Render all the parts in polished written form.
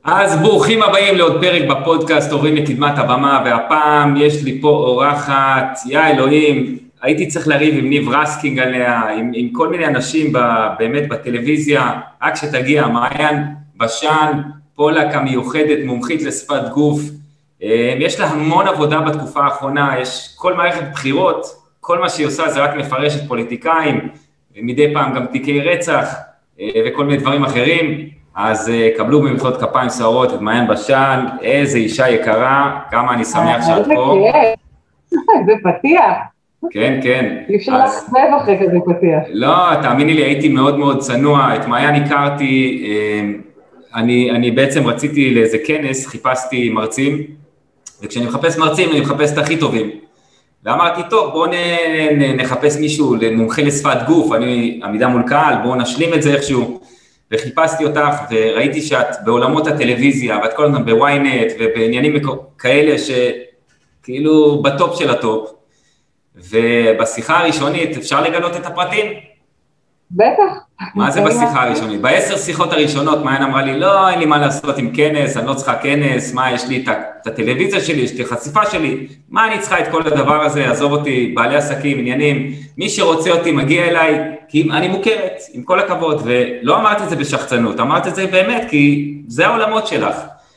אז ברוכים הבאים לעוד פרק בפודקאסט הורים לקדמת הבמה, והפעם יש לי פה אורחת, יא אלוהים, הייתי צריך לריב עם ניב רסקינג עליה, עם כל מיני אנשים באמת בטלוויזיה, רק שתגיע, מעיין בשן, פולק המיוחדת, מומחית לשפת גוף, יש לה המון עבודה בתקופה האחרונה, יש כל מערכת בחירות, כל מה שהיא עושה זה רק מפרשת פוליטיקאים, מדי פעם גם תיקי רצח וכל מיני דברים אחרים, אז קבלו במחיאות כפיים סוערות את מעיין בשן, איזה אישה יקרה, כמה אני שמח שאת פה. זה פתיח. כן, כן. אי אפשר להחזב אחרי כזה פתיח. לא, תאמיני לי, הייתי מאוד מאוד צנוע, את מעיין הכרתי, אני בעצם רציתי לאיזה כנס, חיפשתי מרצים, וכשאני מחפש מרצים, אני מחפש את הכי טובים. ואמרתי, טוב, בואו נחפש מישהו מומחה לשפת גוף, אני עמידה מול קהל, בואו נשלים את זה איכשהו. וחיפשתי אותך וראיתי שאת בעולמות הטלוויזיה, ואת כל הזמן בוויינט ובעניינים כאלה שכאילו בטופ של הטופ, ובשיחה הראשונית אפשר לגלות את הפרטים? בטח. מה זה בשיחה הראשונית? ב10 שיחות הראשונות מעיין אמרה לי, לא, אין לי מה לעשות עם כנס, אני לא צריכה כנס, מה, יש לי את הטלוויזיה שלי, יש לי חשיפה שלי, מה אני צריכה את כל הדבר הזה, עזוב אותי, בעלי עסקים, עניינים, מי שרוצה אותי מגיע אליי, כי אני מוכרת, עם כל הכבוד, ולא אמרתי את זה בשחצנות, אמרתי את זה באמת, כי זה העולמות שלך,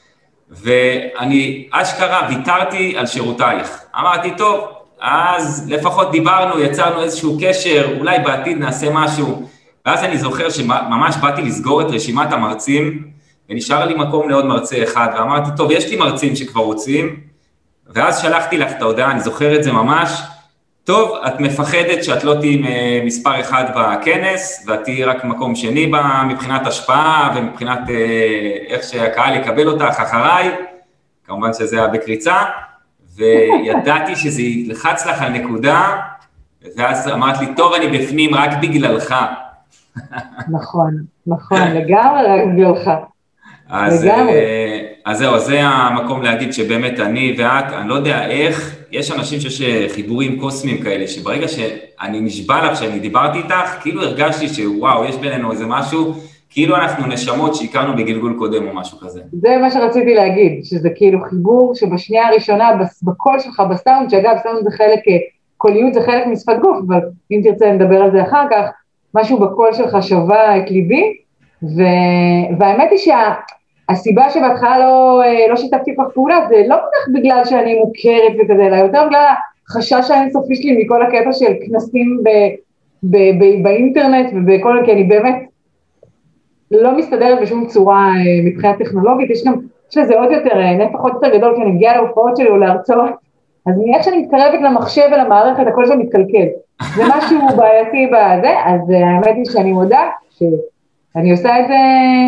ואני אשכרה ויתרתי על שירותייך, אמרתי, טוב, אז לפחות דיברנו, יצרנו איזשהו קשר, אולי בעתיד נעשה משהו, ואז אני זוכר שממש באתי לסגור את רשימת המרצים, ונשאר לי מקום לעוד מרצה אחד, ואמרתי, טוב, יש לי מרצים שכבר רוצים, ואז שלחתי לך את ההודעה, אני זוכר את זה ממש, טוב, את מפחדת שאת לא תהיי מספר אחד בכנס, ואת תהיי רק מקום שני בה, מבחינת השפעה, ומבחינת איך שהקהל יקבל אותך אחריי, כמובן שזה היה בקריצה, וידעתי שזה ילחץ לך על נקודה, ואז אמרת לי, טוב, אני בפנים רק בגללך. נכון, לגמרי רק בגללך. אז זהו, זה המקום להגיד שבאמת אני ואת, אני לא יודע איך, יש אנשים שיש חיבורים קוסמיים כאלה, שברגע שאני נשבע לך שאני דיברתי איתך, כאילו הרגשתי שוואו, יש בינינו איזה משהו, כאילו אנחנו נשמות שהכרנו בגלגול קודם או משהו כזה. זה מה שרציתי להגיד, שזה כאילו חיבור שבשנייה הראשונה, בקול שלך, בסאונד, שאגב, סאונד זה חלק, קוליות זה חלק משפת גוף, אבל אם תרצה נדבר על זה אחר כך, משהו בקול שלך שווה את ליבי, והאמת היא שהסיבה שבהתחלה לא שיתפתי כך פעולה, זה לא כל כך בגלל שאני מוכרת וכזה, אלא יותר בגלל החשש האינסופי שלי מכל הקטע של כנסים באינטרנט ובכל, כי אני באמת לא מסתדרת בשום צורה מבחינת טכנולוגית, יש לזה עוד יותר, נפח יותר גדול, כי אני מגיעה להופעות שלי או להרצאות, אז מאיך שאני מתקרבת למחשב ולמערכת, הכל שם מתקלקל. זה משהו בעייתי בזה, אז האמת היא שאני מודה שאני עושה את זה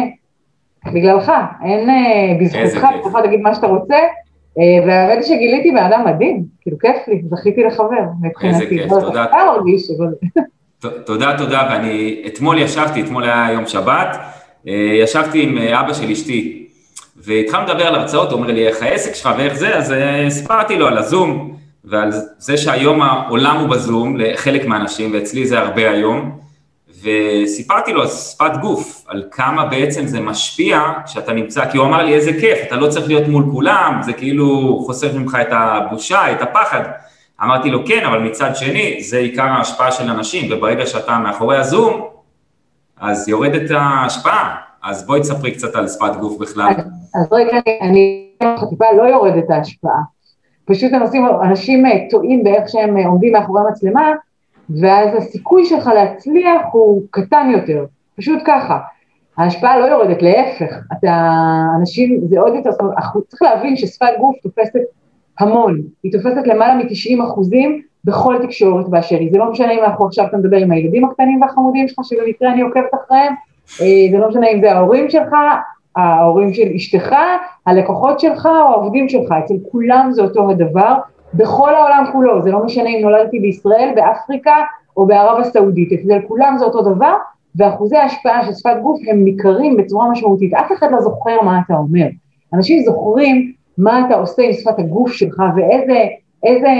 בגללך, אין בזכותך, אתה יכול להגיד מה שאתה רוצה, והאמת היא שגיליתי באדם מדהים, כאילו כיף לי, זכיתי לחבר. איזה כיף, תודה. אתה מרגיש, אבל... תודה, ואני אתמול היה יום שבת, ישבתי עם אבא של אשתי, והתחלנו לדבר על הרצאות, הוא אומר לי, איך העסק שלך ואיך זה, אז הספרתי לו על הזום, ועל זה שהיום העולם הוא בזום, לחלק מהאנשים, ואצלי זה הרבה היום, וסיפרתי לו על שפת גוף, על כמה בעצם זה משפיע כשאתה נמצא, כי הוא אמר לי, איזה כיף, אתה לא צריך להיות מול כולם, זה כאילו חושף ממך את הבושה, את הפחד, אמרתי לו, כן, אבל מצד שני, זה עיקר ההשפעה של אנשים, וברגע שאתה מאחורי הזום, אז יורדת ההשפעה, אז בואי תספרי קצת על שפת גוף בכלל. אז רגע, אני חטיפה לא יורדת ההשפעה, פשוט אנשים טועים באיך שהם עומדים מאחורי המצלמה, ואז הסיכוי שלך להצליח הוא קטן יותר, פשוט ככה, ההשפעה לא יורדת, להפך, אנשים, זה עוד יותר, צריך להבין ששפת גוף תופסת המון, היא תופסת למעלה מ-90% בכל תקשורת באשר היא, זה לא משנה אם אנחנו עכשיו אתה מדבר עם הילדים הקטנים והחמודים שלך, שבמקרה אני עוקבת אחריהם, זה לא משנה אם זה ההורים שלך, ההורים של אשתך, הלקוחות שלך או העובדים שלך, אצל כולם זה אותו הדבר, בכל העולם כולו, זה לא משנה אם נולדתי בישראל, באפריקה או בערב הסעודית, אצל כולם זה אותו דבר, ואחוזי ההשפעה של שפת גוף הם ניכרים בצורה משמעותית, אף אחד לא זוכר מה אתה אומר, אנשים זוכרים מה אתה עושה עם שפת הגוף שלך ואיזה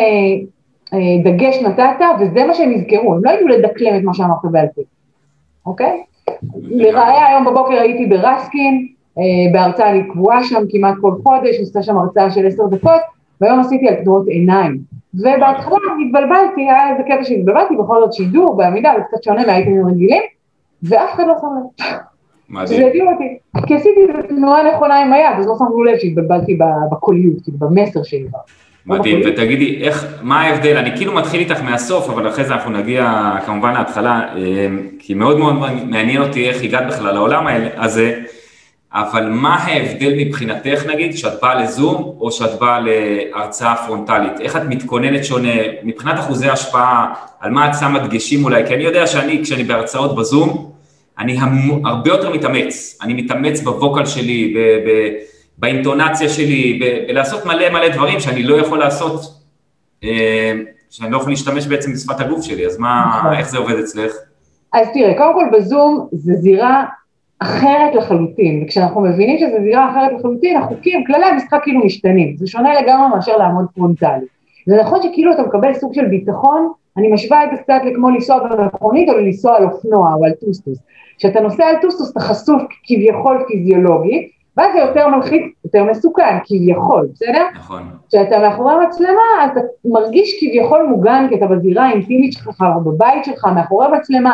דגש נתת, וזה מה שהם יזכרו, הם לא ידעו לדקלם את מה שאמרת בעל פה, אוקיי? לראיה היום בבוקר הייתי ברסקין, בהרצאה אני קבועה שם כמעט כל חודש, עושה שם הרצאה של 10 דקות, והיום עשיתי על תנועות עיניים. ובהתחלה התבלבלתי, היה איזה קטע שהתבלבלתי, בכל זאת שידור, בעמידה, זה קצת שונה מהאייטמים רגילים, ואף אחד לא שם לב. מדהים. שזה ידעו אותי, כי עשיתי תנועה נכונה עם היד, אז לא שמו לב שהתבלבלתי בקוליות, כאילו במסר שלי. מדהים, ותגידי, מה ההבדל? אני כאילו מתחיל איתך מהסוף, אבל אחרי זה אנחנו נגיע כמובן להתחלה, כי מאוד מאוד מעניין אותי איך הגעת בכלל לעולם הזה, אבל מה ההבדל מבחינתך נגיד, שאת באה לזום, או שאת באה להרצאה פרונטלית? איך את מתכוננת שונה, מבחינת אחוזי השפעה, על מה את שמה דגשים אולי? כי אני יודע כשאני בהרצאות בזום, אני הרבה יותר מתאמץ, אני מתאמץ בווקל שלי, באינטונציה שלי, בלעשות מלא דברים שאני לא יכול לעשות, שאני לא יכול להשתמש בעצם בשפת הגוף שלי, אז איך זה עובד אצלך? אז תראה, קודם כל בזום זה זירה אחרת לחלוטין, וכשאנחנו מבינים שזו זירה אחרת לחלוטין, החוקים, כללי המשחק כאילו משתנים, זה שונה לגמרי מאשר לעמוד פרונטלי. זה נכון שכאילו אתה מקבל סוג של ביטחון, אני משווה את זה קצת כמו לנסוע במכונית או לנסוע על אופנוע או על טוסטוס. כשאתה נוסע על טוסטוס אתה חשוף כביכול פיזיולוגי, ואז זה יותר מלחיץ, יותר מסוכן, כביכול, בסדר? נכון. כשאתה מאחורי המצלמה, אתה מרגיש כביכול מוגן, כי אתה בזירה האינטימית שלך, או בבית שלך, מאחורי המצלמה,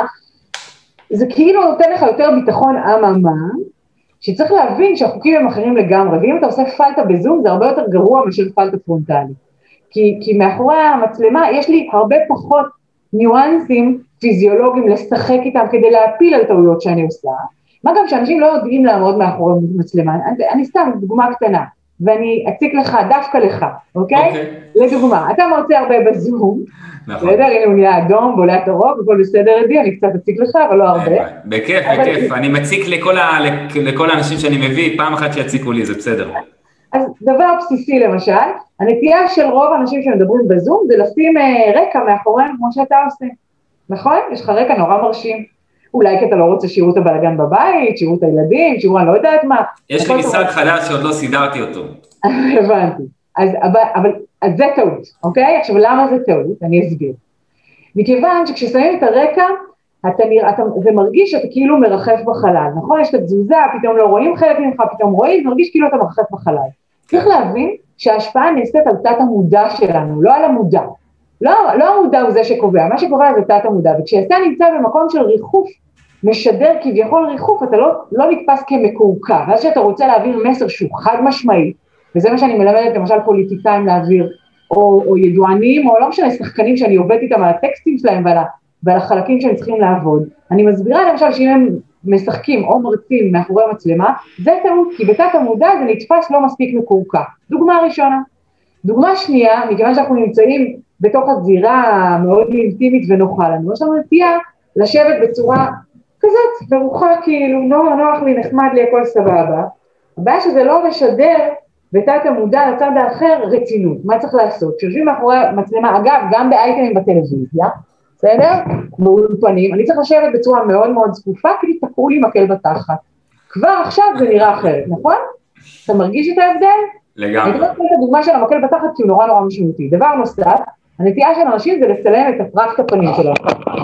זה כאילו נותן לך יותר ביטחון אממה, שצריך להבין שהחוקים הם אחרים לגמרי, ואם אתה עושה פלטה בזום, זה הרבה יותר גרוע מאשר פלטה פרונטלי. כי מאחורי המצלמה יש לי הרבה פחות ניואנסים פיזיולוגיים לשחק איתם, כדי להפיל על טעויות שאני עושה, מה גם שאנשים לא יודעים לעמוד מאחורי מצלמה, אני סתם דוגמה קטנה, ואני אציק לך, דווקא לך, אוקיי? לדוגמה, אתה מרצה הרבה בזום, בסדר, הנה הוא נהיה אדום, בולע את הרוב, הכל בסדר עדי, אני קצת אציק לך, אבל לא הרבה. בכיף, אני מציק לכל האנשים שאני מביא, פעם אחת שיציקו לי, זה בסדר. אז דבר בסיסי למשל, הנטייה של רוב האנשים שמדברים בזום, זה לשים רקע מאחוריהם כמו שאתה עושה, נכון? יש לך רקע נורא מרשים. אולי כי אתה לא רוצה שיראו את הבלגן בבית, שיראו את הילדים, שיראו אני לא יודעת מה. יש לי משרד חדש שעוד לא סידרתי אותו. הבנתי. אז זה טעות, אוקיי? עכשיו למה זה טעות? אני אסביר. מכיוון שכששמים את הרקע, זה מרגיש שאתה כאילו מרחף בחלל, נכון? יש את התזוזה, פתאום לא רואים חלק ממך, פתאום רואים, מרגיש כאילו אתה מרחף בחלל. צריך להבין שההשפעה נעשית על תת המודע שלנו, לא על המודע. לא המודע הוא זה שקובע, מה שקובע זה תת המודע, וכשאתה נמצא במקום של ריחוף, משדר כביכול ריחוף, אתה לא נתפס כמקורקע, ואז שאתה רוצה להעביר מסר שהוא חד משמעי, וזה מה שאני מלמדת למשל פוליטיקאים להעביר, או ידוענים, או לא משנה, שחקנים שאני עובדת איתם על הטקסטים שלהם ועל החלקים שהם צריכים לעבוד. אני מסבירה למשל שאם הם משחקים או מרצים מאחורי מצלמה, זה טעות, כי בתת המודע זה נתפס לא מספיק מקורקע. דוגמה ראשונה. דוגמה שנייה, מכיוון שאנחנו נמצאים בתוך הזירה מאוד אינטימית ונוחה לנו, יש לנו נטייה לשבת בצורה כזאת, ורוחה כאילו, נוח לי, נחמד לי, הכל סבבה. הבעיה שזה לא משדר בתת המודע לצד האחר רצינות, מה צריך לעשות? כשיושבים מאחורי מצלמה, אגב, גם באייטמים בטלוויזיה, בסדר? באולפנים, אני צריך לשבת בצורה מאוד מאוד זקופה, כי תקעו לי מקל בתחת. כבר עכשיו זה נראה אחרת, נכון? אתה מרגיש את ההבדל? לגמרי. אני רוצה לתת את הדוגמה של המקל בתחת, כי הוא נורא נורא משמעותי. דבר נוסף, הנטייה של אנשים זה לצלם את הפרקט הפנים שלהם.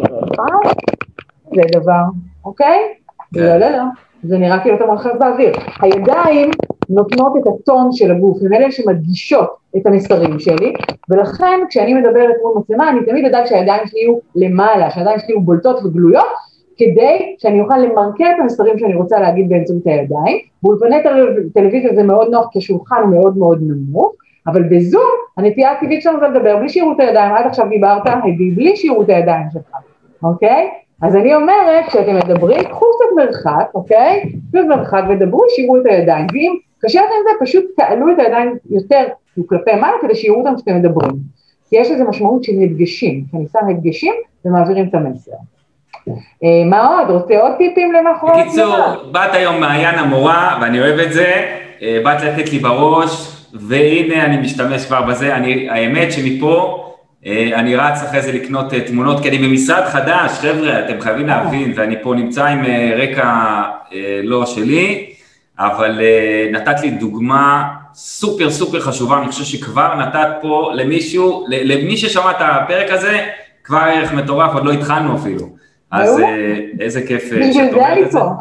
זה דבר, אוקיי? לא, לא, לא. זה נראה כאילו אתה מרחב באוויר. הידיים נותנות את הטון של הגוף, הן אלה שמדגישות את המסרים שלי, ולכן כשאני מדברת מול מצלמה, אני תמיד אדאג שהידיים שלי יהיו למעלה, שהידיים שלי יהיו בולטות וגלויות, כדי שאני אוכל למרקד את המסרים שאני רוצה להגיד באמצעות הידיים. באולפני טלוויזיה זה מאוד נוח, כי השולחן הוא מאוד מאוד נמוך, אבל בזום הנטייה הטבעית שלנו זה לדבר בלי שיראו את הידיים, עד עכשיו דיברת, בלי שיראו את הידיים שלך, אוקיי? אז אני אומרת, כשאתם מדברים, קחו קצת מרחק, אוקיי? קחו מרחק ודברו, שיראו את הידיים, ואם קשה לכם זה, פשוט תעלו את הידיים יותר כלפי מעלה, כדי שיראו אותם כשאתם מדברים. כי יש לזה משמעות של הדגשים, שאני שם הדגשים ומעבירים את המסר. מה עוד? רוצה עוד טיפים למאחורי? בקיצור, באת היום מעיין המורה, ואני אוהב את זה, באת לתת לי בראש, והנה אני משתמש כבר בזה, האמת שמפה, אני רץ אחרי זה לקנות תמונות, כי אני במשרד חדש, חבר'ה, אתם חייבים להבין, ואני פה נמצא עם רקע לא שלי, אבל נתת לי דוגמה סופר סופר חשובה, אני חושב שכבר נתת פה למישהו, למי ששמע את הפרק הזה, כבר ערך מטורף, עוד לא התחלנו אפילו. אז איזה כיף שאת אומרת את זה.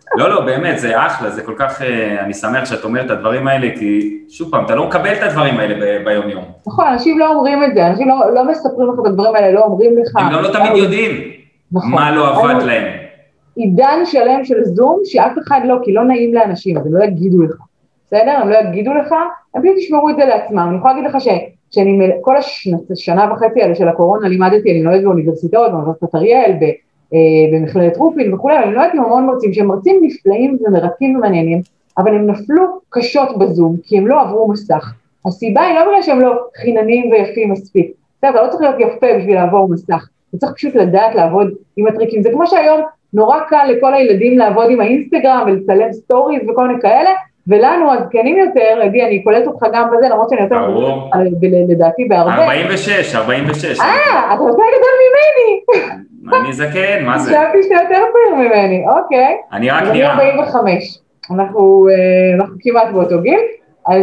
לא, לא, באמת, זה אחלה, זה כל כך, אני שמח שאת אומרת את הדברים האלה, כי שוב פעם, אתה לא מקבל את הדברים האלה ביום יום. נכון, אנשים לא אומרים את זה, אנשים לא מספרים לך את הדברים האלה, לא אומרים לך. הם גם לא תמיד יודעים מה לא עבד להם. עידן שלם של זום, שאף אחד לא, כי לא נעים לאנשים, אז הם לא יגידו לך, בסדר? הם לא יגידו לך, הם פשוט תשמרו את זה לעצמם. אני יכולה להגיד לך שאני כל השנה וחצי האלה של הקורונה לימדתי, אני נולדת באוניברסיטאות, באוניברסיטת אריאל, במכללת רופין וכו', אני נולדת עם המון מרצים, שהם מרצים נפלאים ומרתקים ומעניינים, אבל הם נפלו קשות בזום, כי הם לא עברו מסך. הסיבה היא לא בגלל שהם לא חיננים ויפים מספיק, אתה לא צריך להיות יפה בשביל לעבור מסך, אתה צריך פשוט לדעת לעבוד עם הטריקים, זה כמו שהיום נורא קל לכל הילדים לעבוד עם האינסטגרם ולצלם סטוריז וכל מיני כאלה, ולנו הזקנים יותר, עדי, אני קולט אותך גם בזה, למרות שאני יותר לדעתי בהרבה. 46. אתה יותר גדול ממני. אני זקן, מה זה? חשבתי שאתה יותר צעיר ממני, אוקיי. אני רק נראה. אני 45, אנחנו כמעט באותו גיל, אז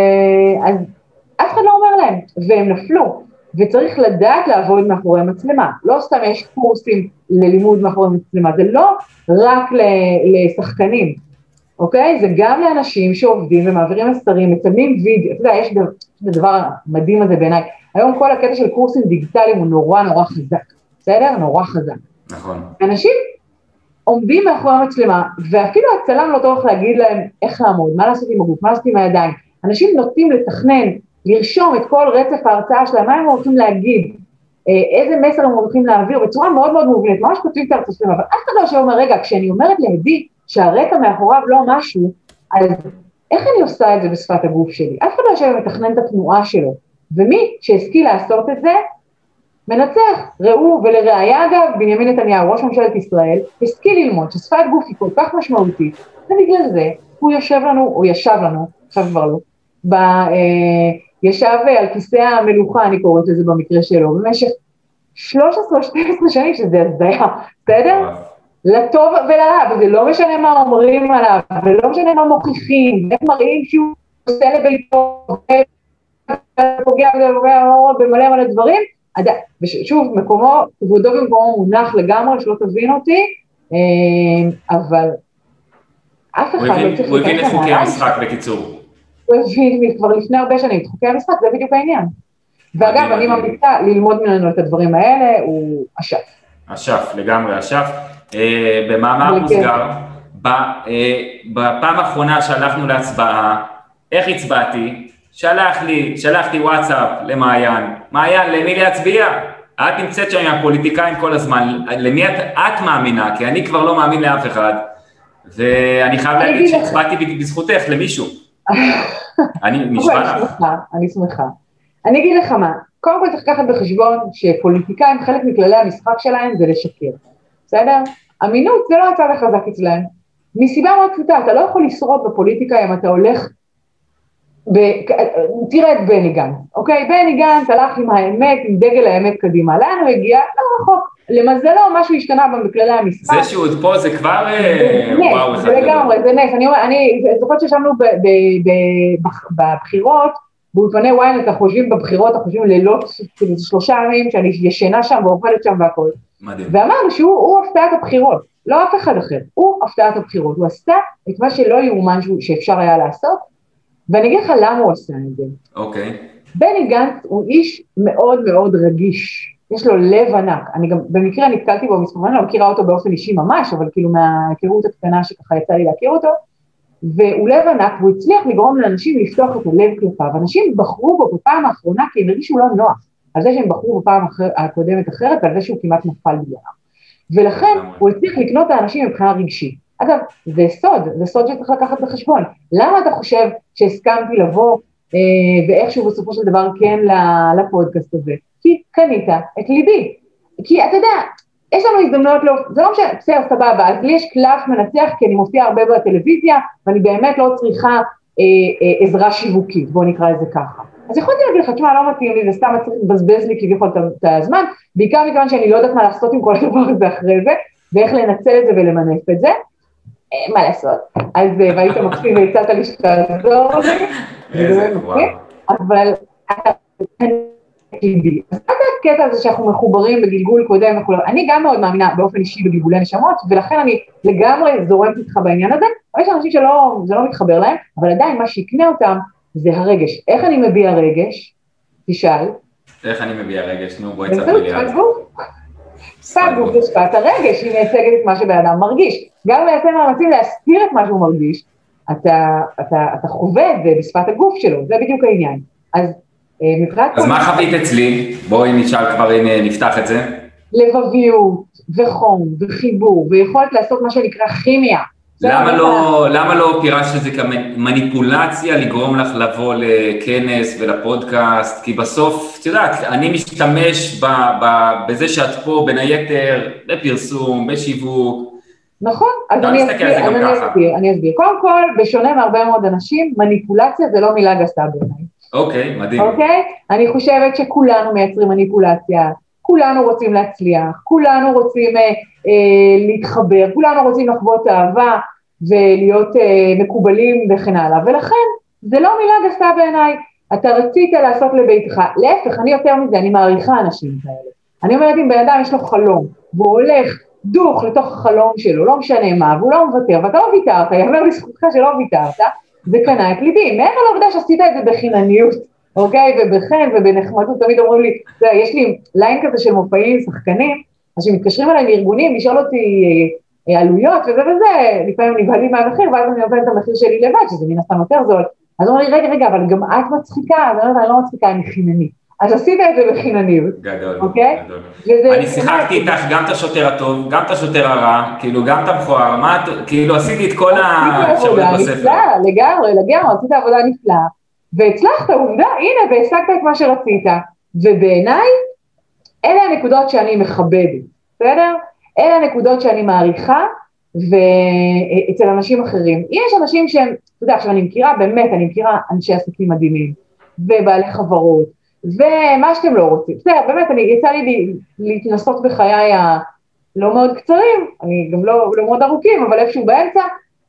אף אחד לא אומר להם, והם נפלו, וצריך לדעת לעבוד מאחורי מצלמה, לא סתם יש קורסים ללימוד מאחורי מצלמה, זה לא רק לשחקנים, אוקיי? זה גם לאנשים שעובדים ומעבירים מסרים, מצלמים וידאו, אתה יודע, יש את הדבר המדהים הזה בעיניי, היום כל הקטע של קורסים דיגיטליים הוא נורא חזק, בסדר? נורא חזק. נכון. אנשים עומדים מאחורי המצלמה, ואפילו הצלם לא טוב להגיד להם איך לעמוד, מה לעשות עם הגוף, מה לעשות עם הידיים. אנשים נוטים לתכנן, לרשום את כל רצף ההרצאה שלהם, מה הם הולכים להגיד, איזה מסר הם הולכים להעביר, בצורה מאוד מובנית, ממש כותבים את ההרצאה שלהם, אבל אף אחד לא שאומר, רגע, כשאני אומרת לעדי שהרקע מאחוריו לא משהו, אז איך אני עושה את זה בשפת הגוף שלי? אף אחד לא שאומר מתכנן את התנועה שלו, ומי שהשכיל לעשות את זה, מנצח. ראו, ולראיה אגב, בנימין נתניהו, ראש ממשלת ישראל, השכיל ללמוד ששפת גוף היא כל כך משמעותית, ובגלל זה הוא ישב לנו, עכשיו כבר לא, ישב על כיסא המלוכה, אני קוראת לזה במקרה שלו, במשך 13 או 12 שנים, שזה הזדיה, בסדר? לטוב ולרע, וזה לא משנה מה אומרים עליו, ולא משנה מה מוכיחים, והם מראים שהוא עושה לביתו, ופוגע במלא דברים, ושוב, כבודו במקומו מונח לגמרי, שלא תבין אותי, אבל אף אחד לא צריך... הוא הבין את חוקי המשחק בקיצור. הוא הבין כבר לפני הרבה שנים את חוקי המשחק, זה בדיוק העניין. ואגב, אני ממליצה ללמוד ממנו את הדברים האלה, הוא אשף. אשף, לגמרי אשף. במאמר מוסגר, בפעם האחרונה שהלכנו להצבעה, איך הצבעתי? שלחתי וואטסאפ למעיין, מעיין, למי להצביע? את נמצאת שם עם הפוליטיקאים כל הזמן, למי את מאמינה? כי אני כבר לא מאמין לאף אחד, ואני חייב להגיד שהצבעתי בזכותך למישהו. אני שמחה. אני אגיד לך מה, קודם כל צריך לקחת בחשבון שפוליטיקאים, חלק מכללי המשחק שלהם זה לשקר, בסדר? אמינות זה לא הצד החזק אצלהם, מסיבה מאוד פשוטה, אתה לא יכול לשרוד בפוליטיקה אם אתה הולך, תראה את בני גנץ, אוקיי? בני גנץ הלך עם האמת, עם דגל האמת קדימה, לאן הוא הגיע? לא רחוק, למזלו משהו השתנה בכללי המשחק. זה שהוא עוד פה זה כבר וואו. זה לגמרי, זה נס, אני זוכרת ששמנו בבחירות, באולפני וויינט, אתה חושבים בבחירות, אתה חושבים לילות, 3 ימים שאני ישנה שם ואוכלת שם והכל. מדהים. ואמרנו שהוא הפתעת הבחירות, לא אף אחד אחר, הוא הפתעת הבחירות, הוא עשה את מה שלא יאומן שאפשר היה לעשות, ואני אגיד לך למה הוא עשה את זה. אוקיי. בני גנץ הוא איש מאוד רגיש, יש לו לב ענק, אני גם במקרה נתקלתי בו מספר, אני לא מכירה אותו באופן אישי ממש, אבל כאילו מההיכרות הקטנה שככה יצא לי להכיר אותו, והוא לב ענק, והוא הצליח לגרום לאנשים לפתוח את הלב כלפיו, אנשים בחרו בו בפעם האחרונה, כי הם הרגישו לא נוח, על זה שהם בחרו בפעם הקודמת אחרת, ועל זה שהוא כמעט נפל בגללם. ולכן הוא הצליח לקנות את האנשים מבחינה רגשית. אגב, זה סוד שצריך לקחת בחשבון. למה אתה חושב שהסכמתי לבוא, ואיכשהו בסופו של דבר כן לפודקאסט הזה? כי קנית את ליבי. כי אתה יודע, יש לנו הזדמנויות, זה לא משנה, בסדר, סבבה, אז לי יש קלף מנצח, כי אני מופיע הרבה בטלוויזיה, ואני באמת לא צריכה עזרה שיווקית, בוא נקרא לזה ככה. אז יכולתי להגיד לך, תשמע, לא מתאים לי, זה סתם צריך לבזבז לי כביכול את הזמן, בעיקר מכיוון שאני לא יודעת מה לעשות עם כל הדבר הזה אחרי זה, ואיך לנצל את זה ולמנף את זה, מה לעשות? אז והיית מקסים והצעת לי שתעזור לי, אבל אתה הקטע הזה שאנחנו מחוברים בגלגול קודם וכו', אני גם מאוד מאמינה באופן אישי בגלגולי נשמות, ולכן אני לגמרי זורמת איתך בעניין הזה, אבל יש אנשים שזה לא מתחבר להם, אבל עדיין מה שיקנה אותם זה הרגש. איך אני מביע רגש? תשאל. איך אני מביע רגש? נו, בואי צפי לי על זה. שפת גוף זה שפת הרגש, היא מייצגת את מה שבן אדם מרגיש. גם אם יעשה מאמצים להסתיר את מה שהוא מרגיש, אתה חווה את זה בשפת הגוף שלו, זה בדיוק העניין. אז מה חווית אצלי? בואי נשאל כבר, הנה נפתח את זה. לבביות וחום וחיבור ויכולת לעשות מה שנקרא כימיה. למה לא פירשת את זה כמניפולציה לגרום לך לבוא לכנס ולפודקאסט? כי בסוף, את יודעת, אני משתמש בזה שאת פה בין היתר בפרסום, בשיווק. נכון, אז אני אסביר. קודם כל, בשונה מהרבה מאוד אנשים, מניפולציה זה לא מילה גסה בעיניי. אוקיי, מדהים. אוקיי? אני חושבת שכולנו מייצרים מניפולציה, כולנו רוצים להצליח, כולנו רוצים להתחבר, כולנו רוצים לחוות אהבה ולהיות מקובלים וכן הלאה, ולכן זה לא מילה גסה בעיניי, אתה רצית לעשות לביתך, להפך, אני יותר מזה, אני מעריכה אנשים כאלה. אני אומרת, אם בן אדם יש לו חלום, והוא הולך דוך לתוך החלום שלו, לא משנה מה, והוא לא מוותר, ואתה לא ויתרת, יאמר לזכותך שלא ויתרת, זה קנה את ליבי, מעבר לעובדה שעשית את זה בחינניות, אוקיי, ובחן ובנחמדות, תמיד אומרים לי, יש לי ליין כזה של מופעים שחקנים, אז שמתקשרים אליי מארגונים, לשאול אותי עלויות וזה, לפעמים נבהלים מהמחיר, ואז אני עובד את המחיר שלי לבד, שזה מן הסתם יותר זול, אז אומרים לי, רגע, אבל גם את מצחיקה, אז אני לא מצחיקה, אני חיננית, אז עשית את זה בחינניות, גדול, אוקיי? גדול. אני שיחקתי איתך גם את השוטר הטוב, גם את השוטר הרע, כאילו גם את המכוער, כאילו עשיתי את כל האפשרויות בספר. לגמרי, עשית עבודה נפלאה, והצלחת, עובדה, הנה, והשגת את מה שרצית, ובעיניי, אלה הנקודות שאני מכבדת, בסדר? אלה הנקודות שאני מעריכה, ואצל אנשים אחרים. יש אנשים שהם, אתה יודע, עכשיו אני מכירה, באמת, אני מכירה אנשי עסקים מדהימים, ובעלי חברות, ומה שאתם לא רוצים. בסדר, באמת, יצא לי להתנסות בחיי הלא מאוד קצרים, אני גם לא מאוד ארוכים, אבל איפשהו באמצע,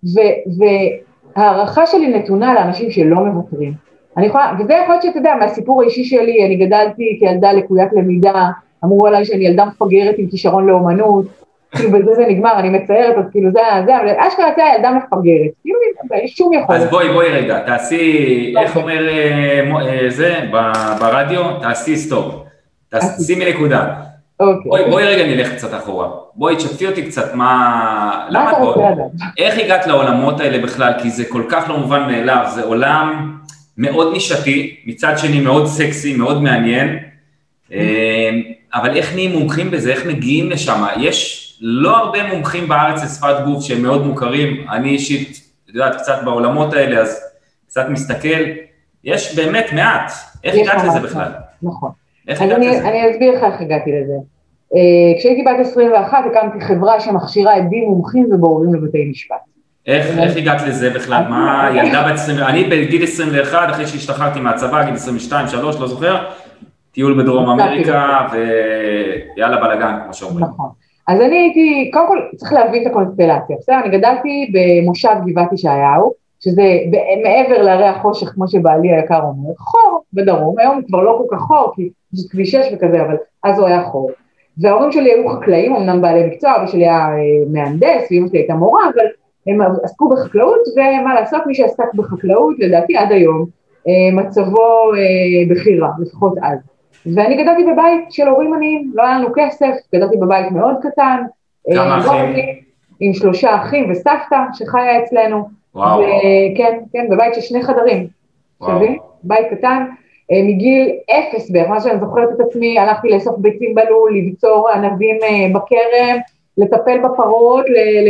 והערכה שלי נתונה לאנשים שלא מוותרים. וזה יכול להיות שאתה יודע, מהסיפור האישי שלי, אני גדלתי כילדה לקוית למידה, אמרו עליי שאני ילדה מפגרת עם כישרון לאומנות, כאילו בזה זה נגמר, אני מציירת, אז כאילו זה, אבל אשכרה יצאה ילדה מפגרת, כאילו יש שום יכולת. אז בואי רגע, תעשי, איך אומר זה, ברדיו, תעשי סטופ, שימי נקודה. בואי רגע נלך קצת אחורה, בואי תשתפי אותי קצת מה אתה רוצה לדעת? איך הגעת לעולמות האלה בכלל, כי זה כל כך לא מובן מאליו, זה עולם מאוד נישתי, מצד שני מאוד סקסי, מאוד מעניין, אבל איך נהיים מומחים בזה, איך מגיעים לשם? יש לא הרבה מומחים בארץ לשפת גוף שהם מאוד מוכרים, אני אישית, את יודעת, קצת בעולמות האלה, אז קצת מסתכל, יש באמת מעט, איך הגעת לזה בכלל? נכון, אז אני אסביר לך איך הגעתי לזה. כשהייתי בת 21, הקמתי חברה שמכשירה עדים מומחים ובוררים לבתי משפט. איך הגעת לזה בכלל? מה, ילדה בת 20, אני בגיל 21, אחרי שהשתחררתי מהצבא, גיל 22, 3, לא זוכר, טיול בדרום אמריקה, ויאללה בלגן, כמו שאומרים. נכון. אז אני הייתי, קודם כל צריך להבין את הקונסטלציה, בסדר? אני גדלתי במושב גבעת ישעיהו, שזה מעבר להרי החושך, כמו שבעלי היקר אומר, חור בדרום, היום כבר לא כל כך חור, כי זה כביש 6 וכזה, אבל אז הוא היה חור. וההורים שלי היו חקלאים, אמנם בעלי מקצוע, אבא שלי היה מהנדס, ואמא שלי הייתה מורה, אבל הם עסקו בחקלאות, ומה לעשות, מי שעסק בחקלאות, לדעתי עד היום, מצבו בחירה, לפחות אז. ואני גדלתי בבית של הורים עניים, לא היה לנו כסף, גדלתי בבית מאוד קטן. כמה אחים? עם 3 אחים וסבתא שחיה אצלנו. וואו. כן, בבית של 2 חדרים. שווים, בית קטן. מגיל 0 בערך, מה שאני זוכרת את עצמי, הלכתי לאסוף ביצים בלול, ליצור ענבים בכרם, לטפל בפרות,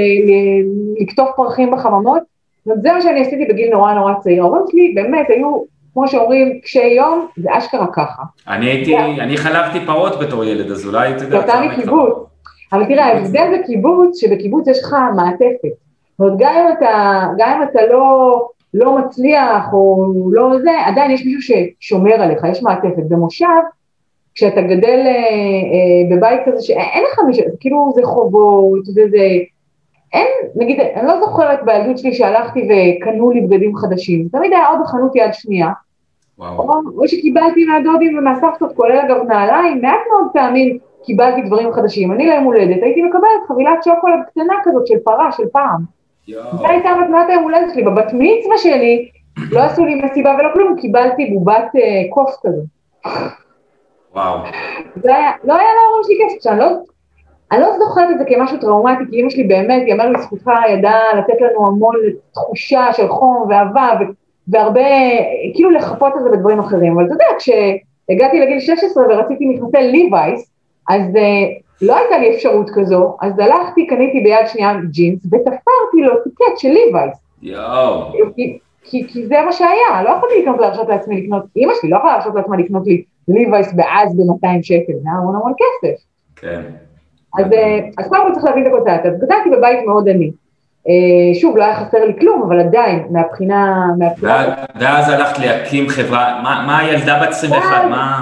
לקטוף פרחים בחממות. זה מה שאני עשיתי בגיל נורא צעיר. ההורים שלי באמת היו, כמו שאומרים, קשי יום, זה אשכרה ככה. אני חלבתי פרות בתור ילד, אז אולי אתה יודע. אתה מקיבוץ. אבל תראה, ההבדל בקיבוץ, שבקיבוץ יש לך מעטפת. זאת אומרת, גם אם אתה לא מצליח, או לא זה, עדיין יש מישהו ששומר עליך, יש מעטפת. במושב, כשאתה גדל בבית כזה, שאין לך מישהו, כאילו זה חובות, אין, נגיד, אני לא זוכרת בילדות שלי שהלכתי וקנו לי בגדים חדשים, תמיד היה עוד בחנות יד שנייה, או שקיבלתי מהדודים ומהסבתות, כולל אגב נעליים, מעט מאוד פעמים קיבלתי דברים חדשים. אני ליום הולדת, הייתי מקבלת חבילת שוקולד קטנה כזאת של פרה, של פעם. זו הייתה מתנת היום הולדת שלי, בבת מצווה שלי, לא עשו לי מסיבה ולא כלום, קיבלתי בובת קוף כזו. וואו. לא היה להורים שלי כסף, אני לא זוכרת את זה כמשהו טראומטי, כי אמא שלי באמת, היא אמרה לזכותך, ידעה לתת לנו המון תחושה של חום ואהבה, והרבה, כאילו לחפות את זה בדברים אחרים, אבל אתה יודע, כשהגעתי לגיל 16 ורציתי מכנסי ליווייס, אז לא הייתה לי אפשרות כזו, אז הלכתי, קניתי ביד שנייה ג'ינס, ותפרתי לו טיקט של ליווייס. יואו. כי זה מה שהיה, לא יכולתי להרשות לעצמי לקנות, אמא שלי לא יכולה להרשות לעצמה לקנות לי ליווייס באז ב-200 שקל, זה היה המון כסף. כן. אז קודם כל צריך להבין את הקוצאת, אז גדלתי בבית מאוד עני. שוב, לא היה חסר לי כלום, אבל עדיין, מהבחינה... ואז הלכת להקים חברה, מה הילדה בת 21?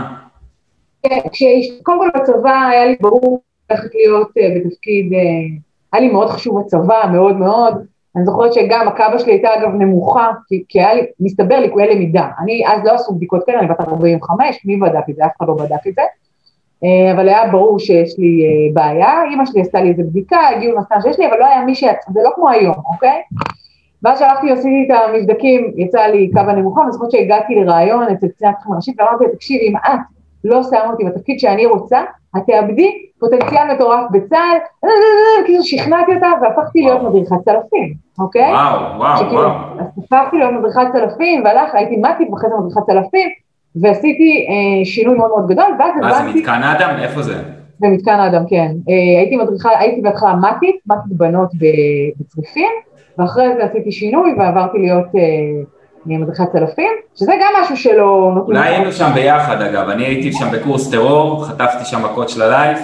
קודם כל בצבא היה לי ברור הולכת להיות בתפקיד, היה לי מאוד חשוב בצבא, מאוד מאוד, אני זוכרת שגם הקבה שלי הייתה אגב נמוכה, כי היה לי, מסתבר לי ליקויי למידה, אני אז לא עשו בדיקות כאלה, אני בת 45, מי בדק את זה? אף אחד לא בדק את זה, אבל היה ברור שיש לי בעיה, אמא שלי עשתה לי איזה בדיקה, הגיעו למסקנה שיש לי, אבל לא היה מי זה לא כמו היום, אוקיי? ואז שהלכתי ועשיתי את המבדקים, יצא לי קו הנמוכה, ואני זוכרת שהגעתי לרעיון אצל קצינת תחום ראשית, ואמרתי, תקשיב, אם את לא שמה אותי בתפקיד שאני רוצה, את תאבדי פוטנציאל מטורף בצה"ל, כאילו שכנעתי אותה, והפכתי להיות מדריכת צלפים, אוקיי? וואו. אז הפכתי להיות מדריכת צלפים, הייתי מתיק ואחרי זה מדריכת צלפים, ועשיתי שינוי מאוד מאוד גדול, ואז הבנתי... זה מתקן האדם? איפה זה? במתקן האדם, כן. הייתי בהתחלה מתיק בנות בצריפים, ואחרי זה עשיתי שינוי ועברתי להיות מדריכת צלפים, שזה גם משהו שלא... אולי היינו שם ביחד אגב, אני הייתי שם בקורס טרור, חטפתי שם מכות של הלייף,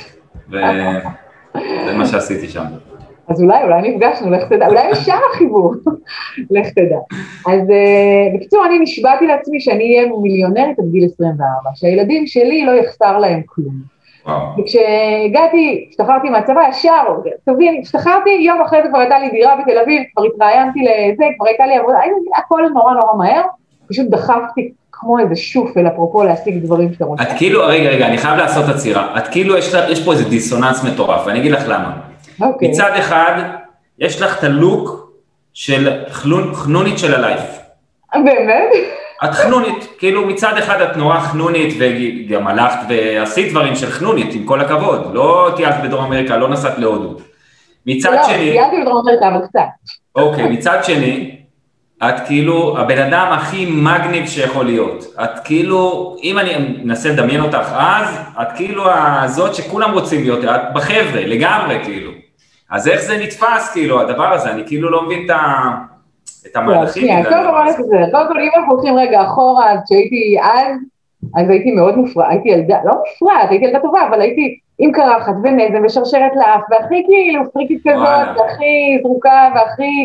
וזה מה שעשיתי שם. אז אולי נפגשנו, לך תדע, אולי משם החיבור, לך תדע. אז בקיצור, אני נשבעתי לעצמי שאני אהיה מיליונרית עד גיל 24, שהילדים שלי לא יחסר להם כלום. וכשהגעתי, השתחררתי מהצבא ישר, תבין, השתחררתי, יום אחרי זה כבר הייתה לי דירה בתל אביב, כבר התראיינתי לזה, כבר הייתה לי עבודה, הכל נורא מהר, פשוט דחפתי כמו איזה שופל, אפרופו להשיג דברים שאתה רוצה. את כאילו, רגע, אני חייב לעשות עצירה, את כאילו, יש פה איזה דיסוננס מטורף, ואני אגיד לך למה. מצד אחד, יש לך את הלוק של חנונית של הלייף. באמת? את חנונית, כאילו מצד אחד את נורא חנונית, וגם הלכת ועשית דברים של חנונית, עם כל הכבוד, לא תיאלת בדרום אמריקה, לא נסעת להודו. מצד שני... לא, תיאלתי בדרום אמריקה, אבל קצת. אוקיי, מצד שני, את כאילו הבן אדם הכי מגניב שיכול להיות. את כאילו, אם אני מנסה לדמיין אותך אז, את כאילו הזאת שכולם רוצים להיות, את בחבר'ה, לגמרי כאילו. אז איך זה נתפס כאילו, הדבר הזה, אני כאילו לא מבין את המהלכים. קודם כל, אם אנחנו הולכים רגע אחורה, אז כשהייתי אז הייתי מאוד מופרעת, הייתי ילדה, לא מופרעת, הייתי ילדה טובה, אבל הייתי עם קרחת ונזם ושרשרת לאף, והכי כאילו פריקית כזאת, והכי זרוקה, והכי...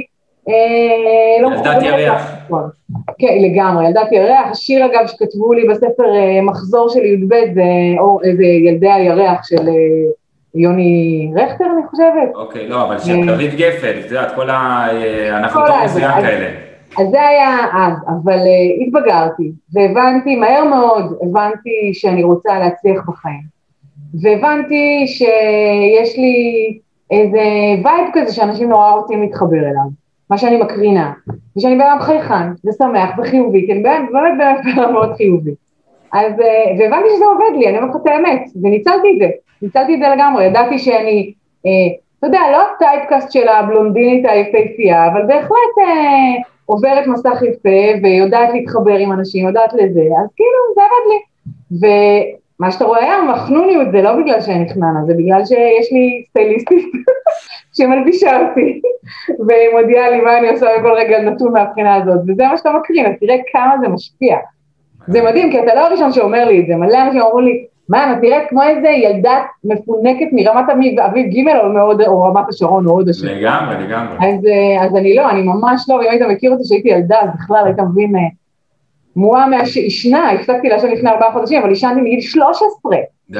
ילדת ירח. כן, לגמרי, ילדת ירח. השיר אגב שכתבו לי בספר מחזור של י"ב, זה ילדי הירח של יוני רכטר, אני חושבת. אוקיי, לא, אבל של דוד גפן, את יודעת, אנחנו תוך מסוים כאלה. אז זה היה אז, אבל התבגרתי, והבנתי, מהר מאוד הבנתי שאני רוצה להצליח בחיים. והבנתי שיש לי איזה וייב כזה שאנשים נורא רוצים להתחבר אליו. מה שאני מקרינה, ושאני באמת חייכן, ושמח וחיובי, כי אני באמת מאוד חיובי. אז, והבנתי שזה עובד לי, אני אומרת את האמת, ניצלתי את זה לגמרי, ידעתי שאני, אתה יודע, לא הטייפקאסט של הבלונדינית היפהפייה, אבל בהחלט עוברת מסך יפה, ויודעת להתחבר עם אנשים, יודעת לזה, אז כאילו זה עבד לי. ומה שאתה רואה היום, החנוניות זה לא בגלל שאני חננה, זה בגלל שיש לי סטייליסטית, שמלבישה אותי, והיא מודיעה לי מה אני עושה בכל רגע נתון מהבחינה הזאת, וזה מה שאתה מקרין, אז תראה כמה זה משפיע. זה מדהים, כי אתה לא הראשון שאומר לי את זה, מלא אנשים אמרו לי, מה, את נראית כמו איזה ילדה מפונקת מרמת אביב ג' או רמת השרון או עוד השם. לגמרי. אז אני לא, אני ממש לא, ואם היית מכיר אותי שהייתי ילדה, אז בכלל היית מבין, מועה מהשנה, הפסקתי לעשן לפני 4 חודשים, אבל ישנתי מגיל 13. די.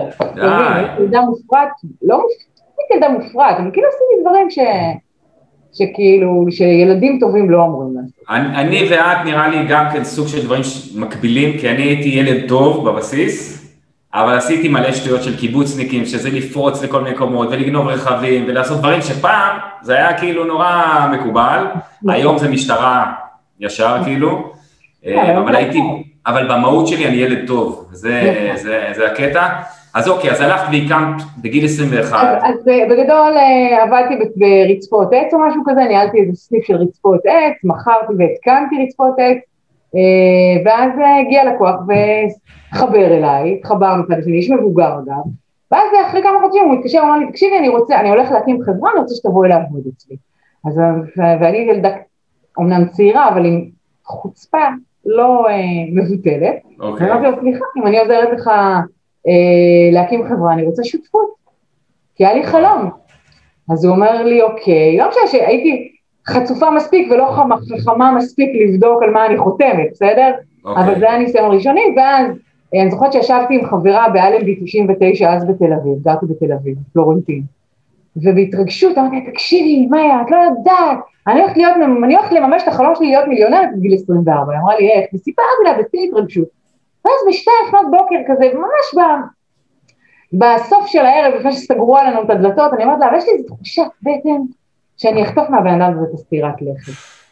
ילדה מופרעת, לא ילדה מופרעת, אבל כאילו עשיתי דברים שכאילו, שילדים טובים לא אמורים לעשות. אני ואת נראה לי גם כן סוג של דברים מקבילים, כי אני הייתי ילד טוב בבסיס, אבל עשיתי מלא שטויות של קיבוצניקים, שזה לפרוץ לכל מיני מקומות, ולגנוב רכבים, ולעשות דברים שפעם זה היה כאילו נורא מקובל, היום זה משטרה ישר כאילו, אבל במהות שלי אני ילד טוב, זה הקטע. אז אוקיי, אז הלכת והקמת בגיל 21. אז בגדול עבדתי ברצפות עץ או משהו כזה, ניהלתי איזה סניף של רצפות עץ, מכרתי והתקנתי רצפות עץ, ואז הגיע לקוח וחבר אליי, התחברנו כזה שני, איש מבוגר אגב, ואז אחרי כמה חודשים הוא מתקשר, הוא אמר לי, תקשיבי, אני הולך להקים חברה, אני רוצה שתבואי לעבוד אצלי. ואני ילדה, אמנם צעירה, אבל עם חוצפה לא מבוטלת, ואמרתי לו, סליחה, אם אני עוזרת לך להקים חברה, אני רוצה שותפות, כי היה לי חלום. אז הוא אומר לי, אוקיי, לא משנה שהייתי חצופה מספיק ולא חכמה מספיק לבדוק על מה אני חותמת, בסדר? אבל זה היה ניסיון ראשוני, ואז אני זוכרת שישבתי עם חברה באלנבי 99 אז בתל אביב, גרתי בתל אביב, פלורנטין, ובהתרגשות אמרתי, תקשיבי, מאיה, את לא יודעת, אני הולכת לממש את החלום שלי להיות מיליונרת בגיל 24, היא אמרה לי, איך? וסיפרתי לה בשיא התרגשות, ואז בשתי לפנות בוקר כזה, ממש בסוף של הערב, לפני שסגרו עלינו את הדלתות, אני אומרת לה, אבל יש לי איזו תחושת בטן, שאני אחטוף מהבן אדם ואת הסתירת לחם.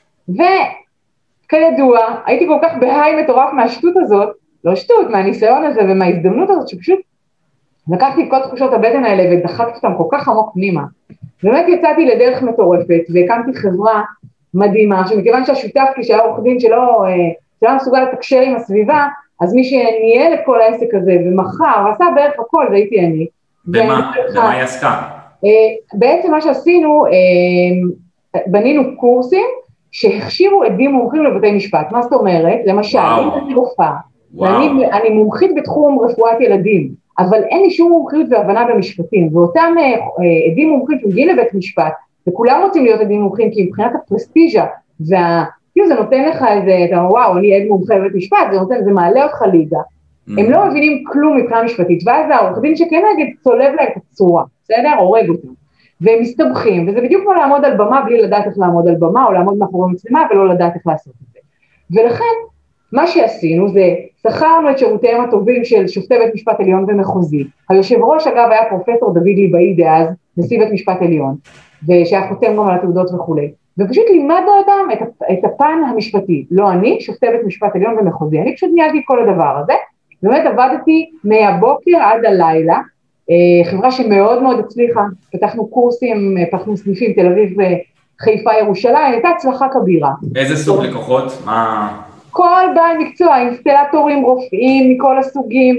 וכידוע, הייתי כל כך בהיי מטורף מהשטות הזאת, לא שטות, מהניסיון הזה ומההזדמנות הזאת, שפשוט לקחתי את כל תחושות הבטן האלה ודחקתי אותם כל כך עמוק פנימה. באמת יצאתי לדרך מטורפת והקמתי חברה מדהימה, שמכיוון שהשותף כי שהיה עורך דין שלא מסוגל לתקשר עם הסביבה, אז מי שניהל את כל העסק הזה ומחר, ועשה בערך הכל, זה הייתי אני. במה היא עסקה? בעצם מה שעשינו, בנינו קורסים שהכשירו עדים מומחים לבתי משפט. מה זאת אומרת? למשל, אני רופאה, ואני מומחית בתחום רפואת ילדים, אבל אין לי שום מומחיות והבנה במשפטים, ואותם עדים מומחים שמגיעים לבית משפט, וכולם רוצים להיות עדים מומחים, כי מבחינת הפרסטיג'ה, כאילו זה נותן לך איזה, אתה אומר, וואו, אני עד מומחה בבית משפט, זה מעלה אותך ליגה, הם לא מבינים כלום מבחינה משפטית, ואז העורך דין שכן נגיד צולב להם את הצורה, בסדר? הורג אותם, והם מסתבכים, וזה בדיוק כמו לעמוד על במה, בלי לדעת איך לעמוד על במה, או לעמוד מאחורי מצלמה, ולא לדעת איך לעשות את זה. ולכן, מה שעשינו זה, שכרנו את שירותיהם הטובים של שופטי בית משפט עליון ומחוזי. היושב ראש אגב היה פרופסור דוד ליבאי דאז, נשיא בית משפט עליון, ושהיה חותם גם על התעודות וכו'. ופשוט לימדנו אותם את הפן המשפטי. לא אני, שופטי בית משפט עליון ומחוזי, אני פשוט ניהלתי את כל הדבר הזה, באמת עבדתי מהבוקר עד הלילה, חברה שמאוד מאוד הצליחה, פתחנו קורסים, פתחנו סניפים, תל אביב, חיפה, ירושלים, הייתה הצלחה כבירה. איזה סוג לקוחות? מה? כל בעל מקצוע, אינסטלטורים, רופאים מכל הסוגים,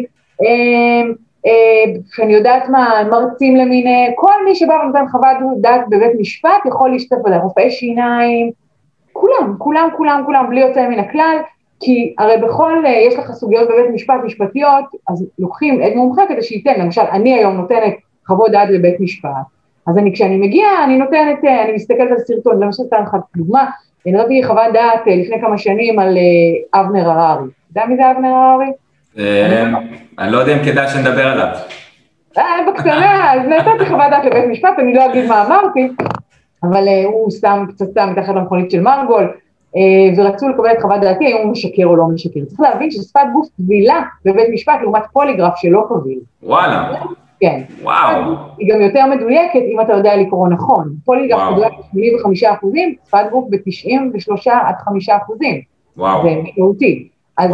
שאני יודעת מה, מרצים למיני, כל מי שבא ונותן חוות דעת בבית משפט יכול להשתתף עליה, רופאי שיניים, כולם, בלי יוצא מן הכלל, כי הרי יש לך סוגיות בבית משפט משפטיות, אז לוקחים עד מומחה כדי שייתן, למשל, אני היום נותנת חוות דעת לבית משפט, אז כשאני מגיעה, אני מסתכלת על סרטון, למשל, אתן לך דוגמה, נראיתי חוות דעת לפני כמה שנים על אבנר הררי. אתה יודע מי זה אבנר הררי? אני לא יודע אם כדאי שנדבר עליו. בקטנה, אז נתתי חוות דעת לבית משפט, אני לא אגיד מה אמרתי, אבל הוא שם פצצה מתחת למכונית של מרגול, ורצו לקבל את חוות דעתי, האם הוא משקר או לא משקר. צריך להבין ששפת גוף קבילה בבית משפט, לעומת פוליגרף שלא קביל. וואלה. כן. וואו. היא גם יותר מדויקת אם אתה יודע לקרוא נכון. פוליגרף מדויק ב-85%, שפת גוף ב-93% עד 5%. וואו. זה משמעותי. אז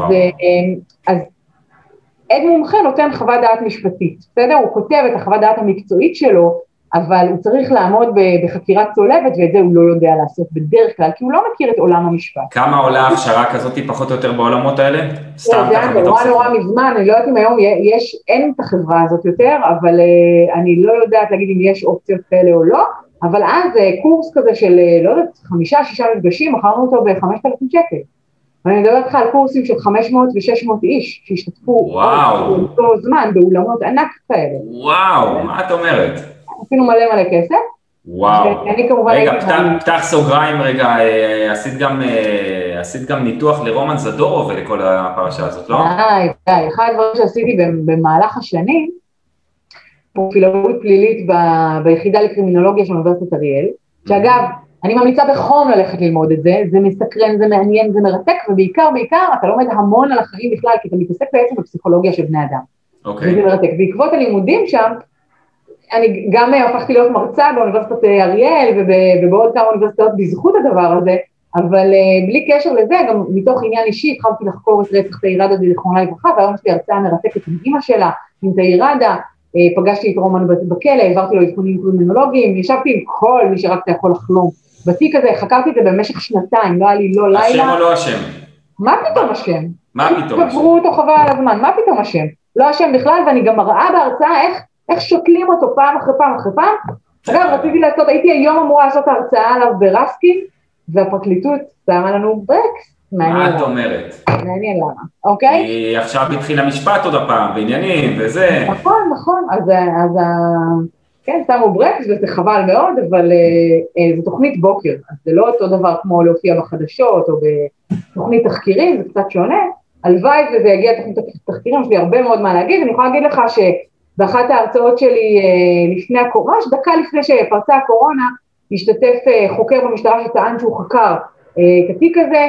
עד מומחה נותן חוות דעת משפטית. בסדר? הוא כותב את החוות דעת המקצועית שלו, אבל הוא צריך לעמוד בחקירה צולבת, ואת זה הוא לא יודע לעשות בדרך כלל, כי הוא לא מכיר את עולם המשפט. כמה עולה הכשרה כזאת פחות או יותר בעולמות האלה? סתם ככה מתוך זה. נורא מזמן, אני לא יודעת אם היום אין את החברה הזאת יותר, אבל אני לא יודעת להגיד אם יש אופציות כאלה או לא, אבל אז קורס כזה של, לא יודעת, 5-6 מפגשים, מכרנו אותו ב-5,000 שקל. ואני מדברת לך על קורסים של 500 ו-600 איש, שהשתתפו באותו זמן, באולמות ענק כאלה. וואו, מה את אומרת? עשינו מלא כסף. וואו. רגע, פתח סוגריים רגע, עשית גם ניתוח לרומן זדורוב ולכל הפרשה הזאת, לא? די, אחד הדברים שעשיתי במהלך השנים, פרופילאות פלילית ביחידה לקרימינולוגיה של אוניברסיטת אריאל, שאגב, אני ממליצה בחום ללכת ללמוד את זה, זה מסקרן, זה מעניין, זה מרתק, ובעיקר, אתה לומד המון על החיים בכלל, כי אתה מתעסק בעצם בפסיכולוגיה של בני אדם. אוקיי. וזה מרתק. בעקבות הלימודים שם, אני גם הפכתי להיות מרצה באוניברסיטת אריאל, ובעוד כמה אוניברסיטאות בזכות הדבר הזה, אבל בלי קשר לזה, גם מתוך עניין אישי, התחלתי לחקור את רצח תאירדה זיכרונה לברכה, והיום יש לי הרצאה מרתקת עם אמא שלה, עם תאירדה, פגשתי את רומן בכלא, העברתי לו אבחונים קרימינולוגיים, ישבתי עם כל מי שרק אתה יכול לחלום. בתיק הזה, חקרתי את זה במשך שנתיים, לא היה לי לא לילה. השם או לא השם? מה פתאום השם? מה פתאום השם? קברו אותו חבל על הזמן, מה פתאום השם? לא השם בכלל, ואני גם מראה בהרצאה איך שותלים אותו פעם אחרי פעם אחרי פעם. אגב, רציתי לעשות, הייתי היום אמורה לעשות הרצאה עליו ברסקין, והפרקליטות שמה לנו ברקס. מה את אומרת? מעניין למה, אוקיי? כי עכשיו התחיל המשפט עוד הפעם, בעניינים וזה. נכון, אז כן, שמו ברקס וזה חבל מאוד, אבל זו תוכנית בוקר, אז זה לא אותו דבר כמו להופיע בחדשות או בתוכנית תחקירים, זה קצת שונה, הלוואי וזה יגיע לתוכנית תחקירים, יש לי הרבה מאוד מה להגיד, אני יכולה להגיד לך שבאחת ההרצאות שלי לפני הקורונה, דקה לפני שפרצה הקורונה, השתתף חוקר במשטרה שטען שהוא חקר את התיק הזה,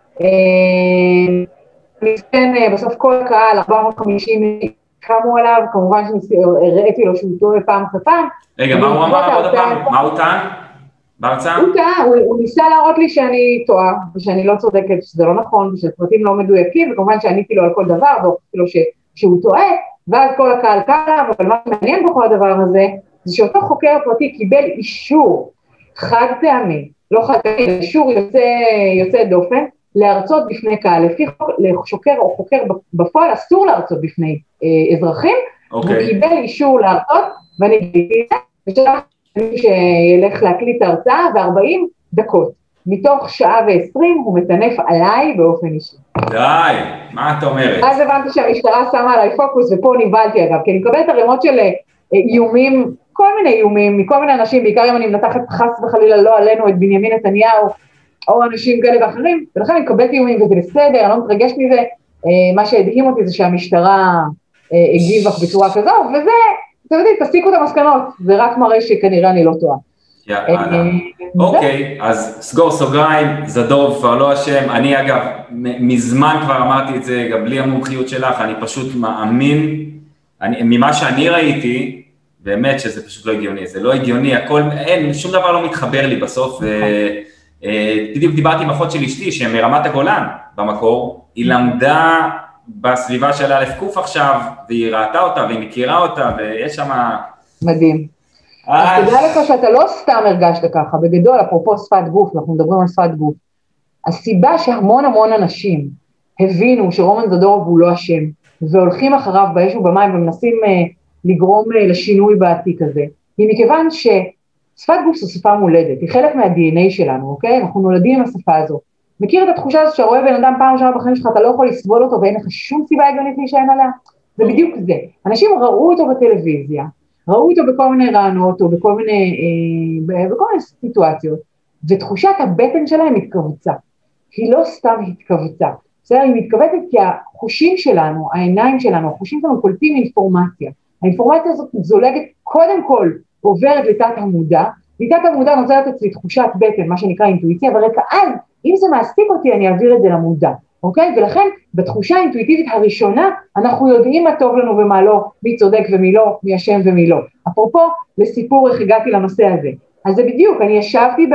בסוף כל הקהל, 450 קמו עליו, כמובן שהראיתי לו שהוא טועה פעם אחרי פעם. רגע, מה הוא אמר עוד הפעם? מה הוא טען? בהרצאה? הוא ניסה להראות לי שאני טועה, ושאני לא צודקת, שזה לא נכון, ושהפרטים לא מדויקים, וכמובן שעניתי לו על כל דבר, והוכחתי לו שהוא טועה, ואז כל הקהל קם, אבל מה שמעניין בכל הדבר הזה, זה שאותו חוקר פרטי קיבל אישור חד פעמי, לא חד פעמי, אישור יוצא דופן, להרצות בפני קהל, לפי שוקר או חוקר בפועל אסור להרצות בפני אזרחים, הוא קיבל אישור להרצות, ואני גיליתי את זה, ושלח שילך להקליט ההרצאה, ו40 דקות, מתוך שעה ו20 הוא מטנף עליי באופן אישי. די, מה את אומרת? אז הבנתי שהמשטרה שמה עליי פוקוס, ופה נבלתי אגב, כי אני מקבלת הרמות של איומים, כל מיני איומים, מכל מיני אנשים, בעיקר אם אני מנתחת חס וחלילה לא עלינו את בנימין נתניהו, או אנשים כאלה ואחרים, ולכן אני מקבלת איומים וזה בסדר, אני לא מתרגש מזה, מה שהדהים אותי זה שהמשטרה הגיבה בצורה כזו, וזה, אתם יודעים, תסיקו את המסקנות, זה רק מראה שכנראה אני לא טועה. יאללה, אוקיי, אז סגור סוגריים, זדורוב כבר לא השם, אני אגב, מזמן כבר אמרתי את זה, גם בלי המומחיות שלך, אני פשוט מאמין, ממה שאני ראיתי, באמת שזה פשוט לא הגיוני, זה לא הגיוני, הכל, אין, שום דבר לא מתחבר לי בסוף, בדיוק דיברתי עם אחות של אשתי, שמרמת הגולן במקור, היא למדה בסביבה של א' ק' עכשיו, והיא ראתה אותה, והיא מכירה אותה, ויש שם... מדהים. אז תדע לך שאתה לא סתם הרגשת ככה, בגדול, אפרופו שפת גוף, אנחנו מדברים על שפת גוף, הסיבה שהמון אנשים הבינו שרומן זדורוב הוא לא אשם, והולכים אחריו באש ובמים, ומנסים לגרום לשינוי בעתיק הזה, היא מכיוון ששפת גוף זו שפה מולדת, היא חלק מה-DNA שלנו, אוקיי? אנחנו נולדים עם השפה הזו. מכיר את התחושה הזו שהרואה בן אדם פעם ראשונה בחיים שלך, אתה לא יכול לסבול אותו, ואין לך שום סיבה הגיונית להישען עליה? זה בדיוק זה. אנשים ראו אותו בטלוויזיה, ראו אותו בכל מיני רעיונות, או בכל מיני סיטואציות, ותחושת הבטן שלהם התכווצה. היא לא סתם התכווצה. בסדר, היא מתכווצת כי החושים שלנו, העיניים שלנו, החושים שלנו קולטים אינפורמציה. האינפורמציה הזאת זולגת קודם כל עוברת לתת המודע, לתת המודע נוצרת אצלי תחושת בטן, מה שנקרא אינטואיציה, ורק אז, אם זה מעסיק אותי, אני אעביר את זה למודע, אוקיי? ולכן, בתחושה האינטואיטיבית הראשונה, אנחנו יודעים מה טוב לנו ומה לא, מי צודק ומי לא, מי אשם ומי לא. אפרופו, לסיפור איך הגעתי לנושא הזה. אז זה בדיוק, אני ישבתי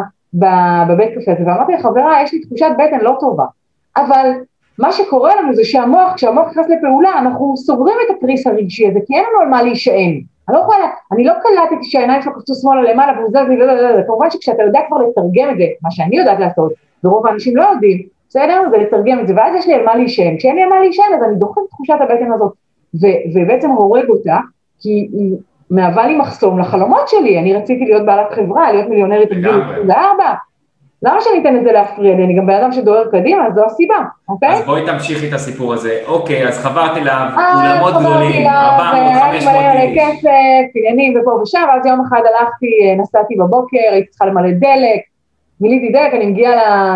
בבית קפה הזה, ואמרתי לחברה, יש לי תחושת בטן לא טובה, אבל מה שקורה לנו זה שהמוח, כשהמוח נכנס לפעולה, אנחנו סוגרים את הפריס הרגשי הזה, כי אין לנו על מה להישען. אני לא קלטתי שהעיניים שלו קפצו שמאלה למעלה, והוא זז לי, כמובן שכשאתה יודע כבר לתרגם את זה, מה שאני יודעת לעשות, ורוב האנשים לא יודעים, בסדר? זה לתרגם את זה, ואז יש לי על מה להישען. כשאין לי על מה להישען, אז אני דוחת את תחושת הבטן הזאת, ובעצם הורג אותה, כי היא מהווה לי מחסום לחלומות שלי, אני רציתי להיות בעלת חברה, להיות מיליונרית בגיל 24, למה שאני אתן את זה להפריע לי? אני גם באדם שדוהר קדימה, אז זו הסיבה, אוקיי? אז בואי תמשיכי את הסיפור הזה. אוקיי, אז חברתי אליו, אולמות גדולים, 400, 500 איש. כסף, עניינים ופה ושם, ואז יום אחד נסעתי בבוקר, הייתי צריכה למלא דלק, מילאתי דלק, אני מגיעה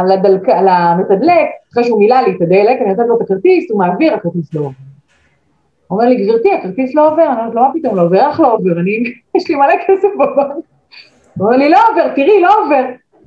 למתדלק, אחרי שהוא מילא לי את הדלק, אני נותנת לו את הכרטיס, הוא מעביר, הכרטיס לא עובר. הוא אומר לי, גברתי, הכרטיס לא עובר, אני אומרת לו, מה פתאום לא עובר, איך לא עובר, יש לי מלא כסף בבנק. הוא אומר לי, לא עובר, תראי, לא עובר.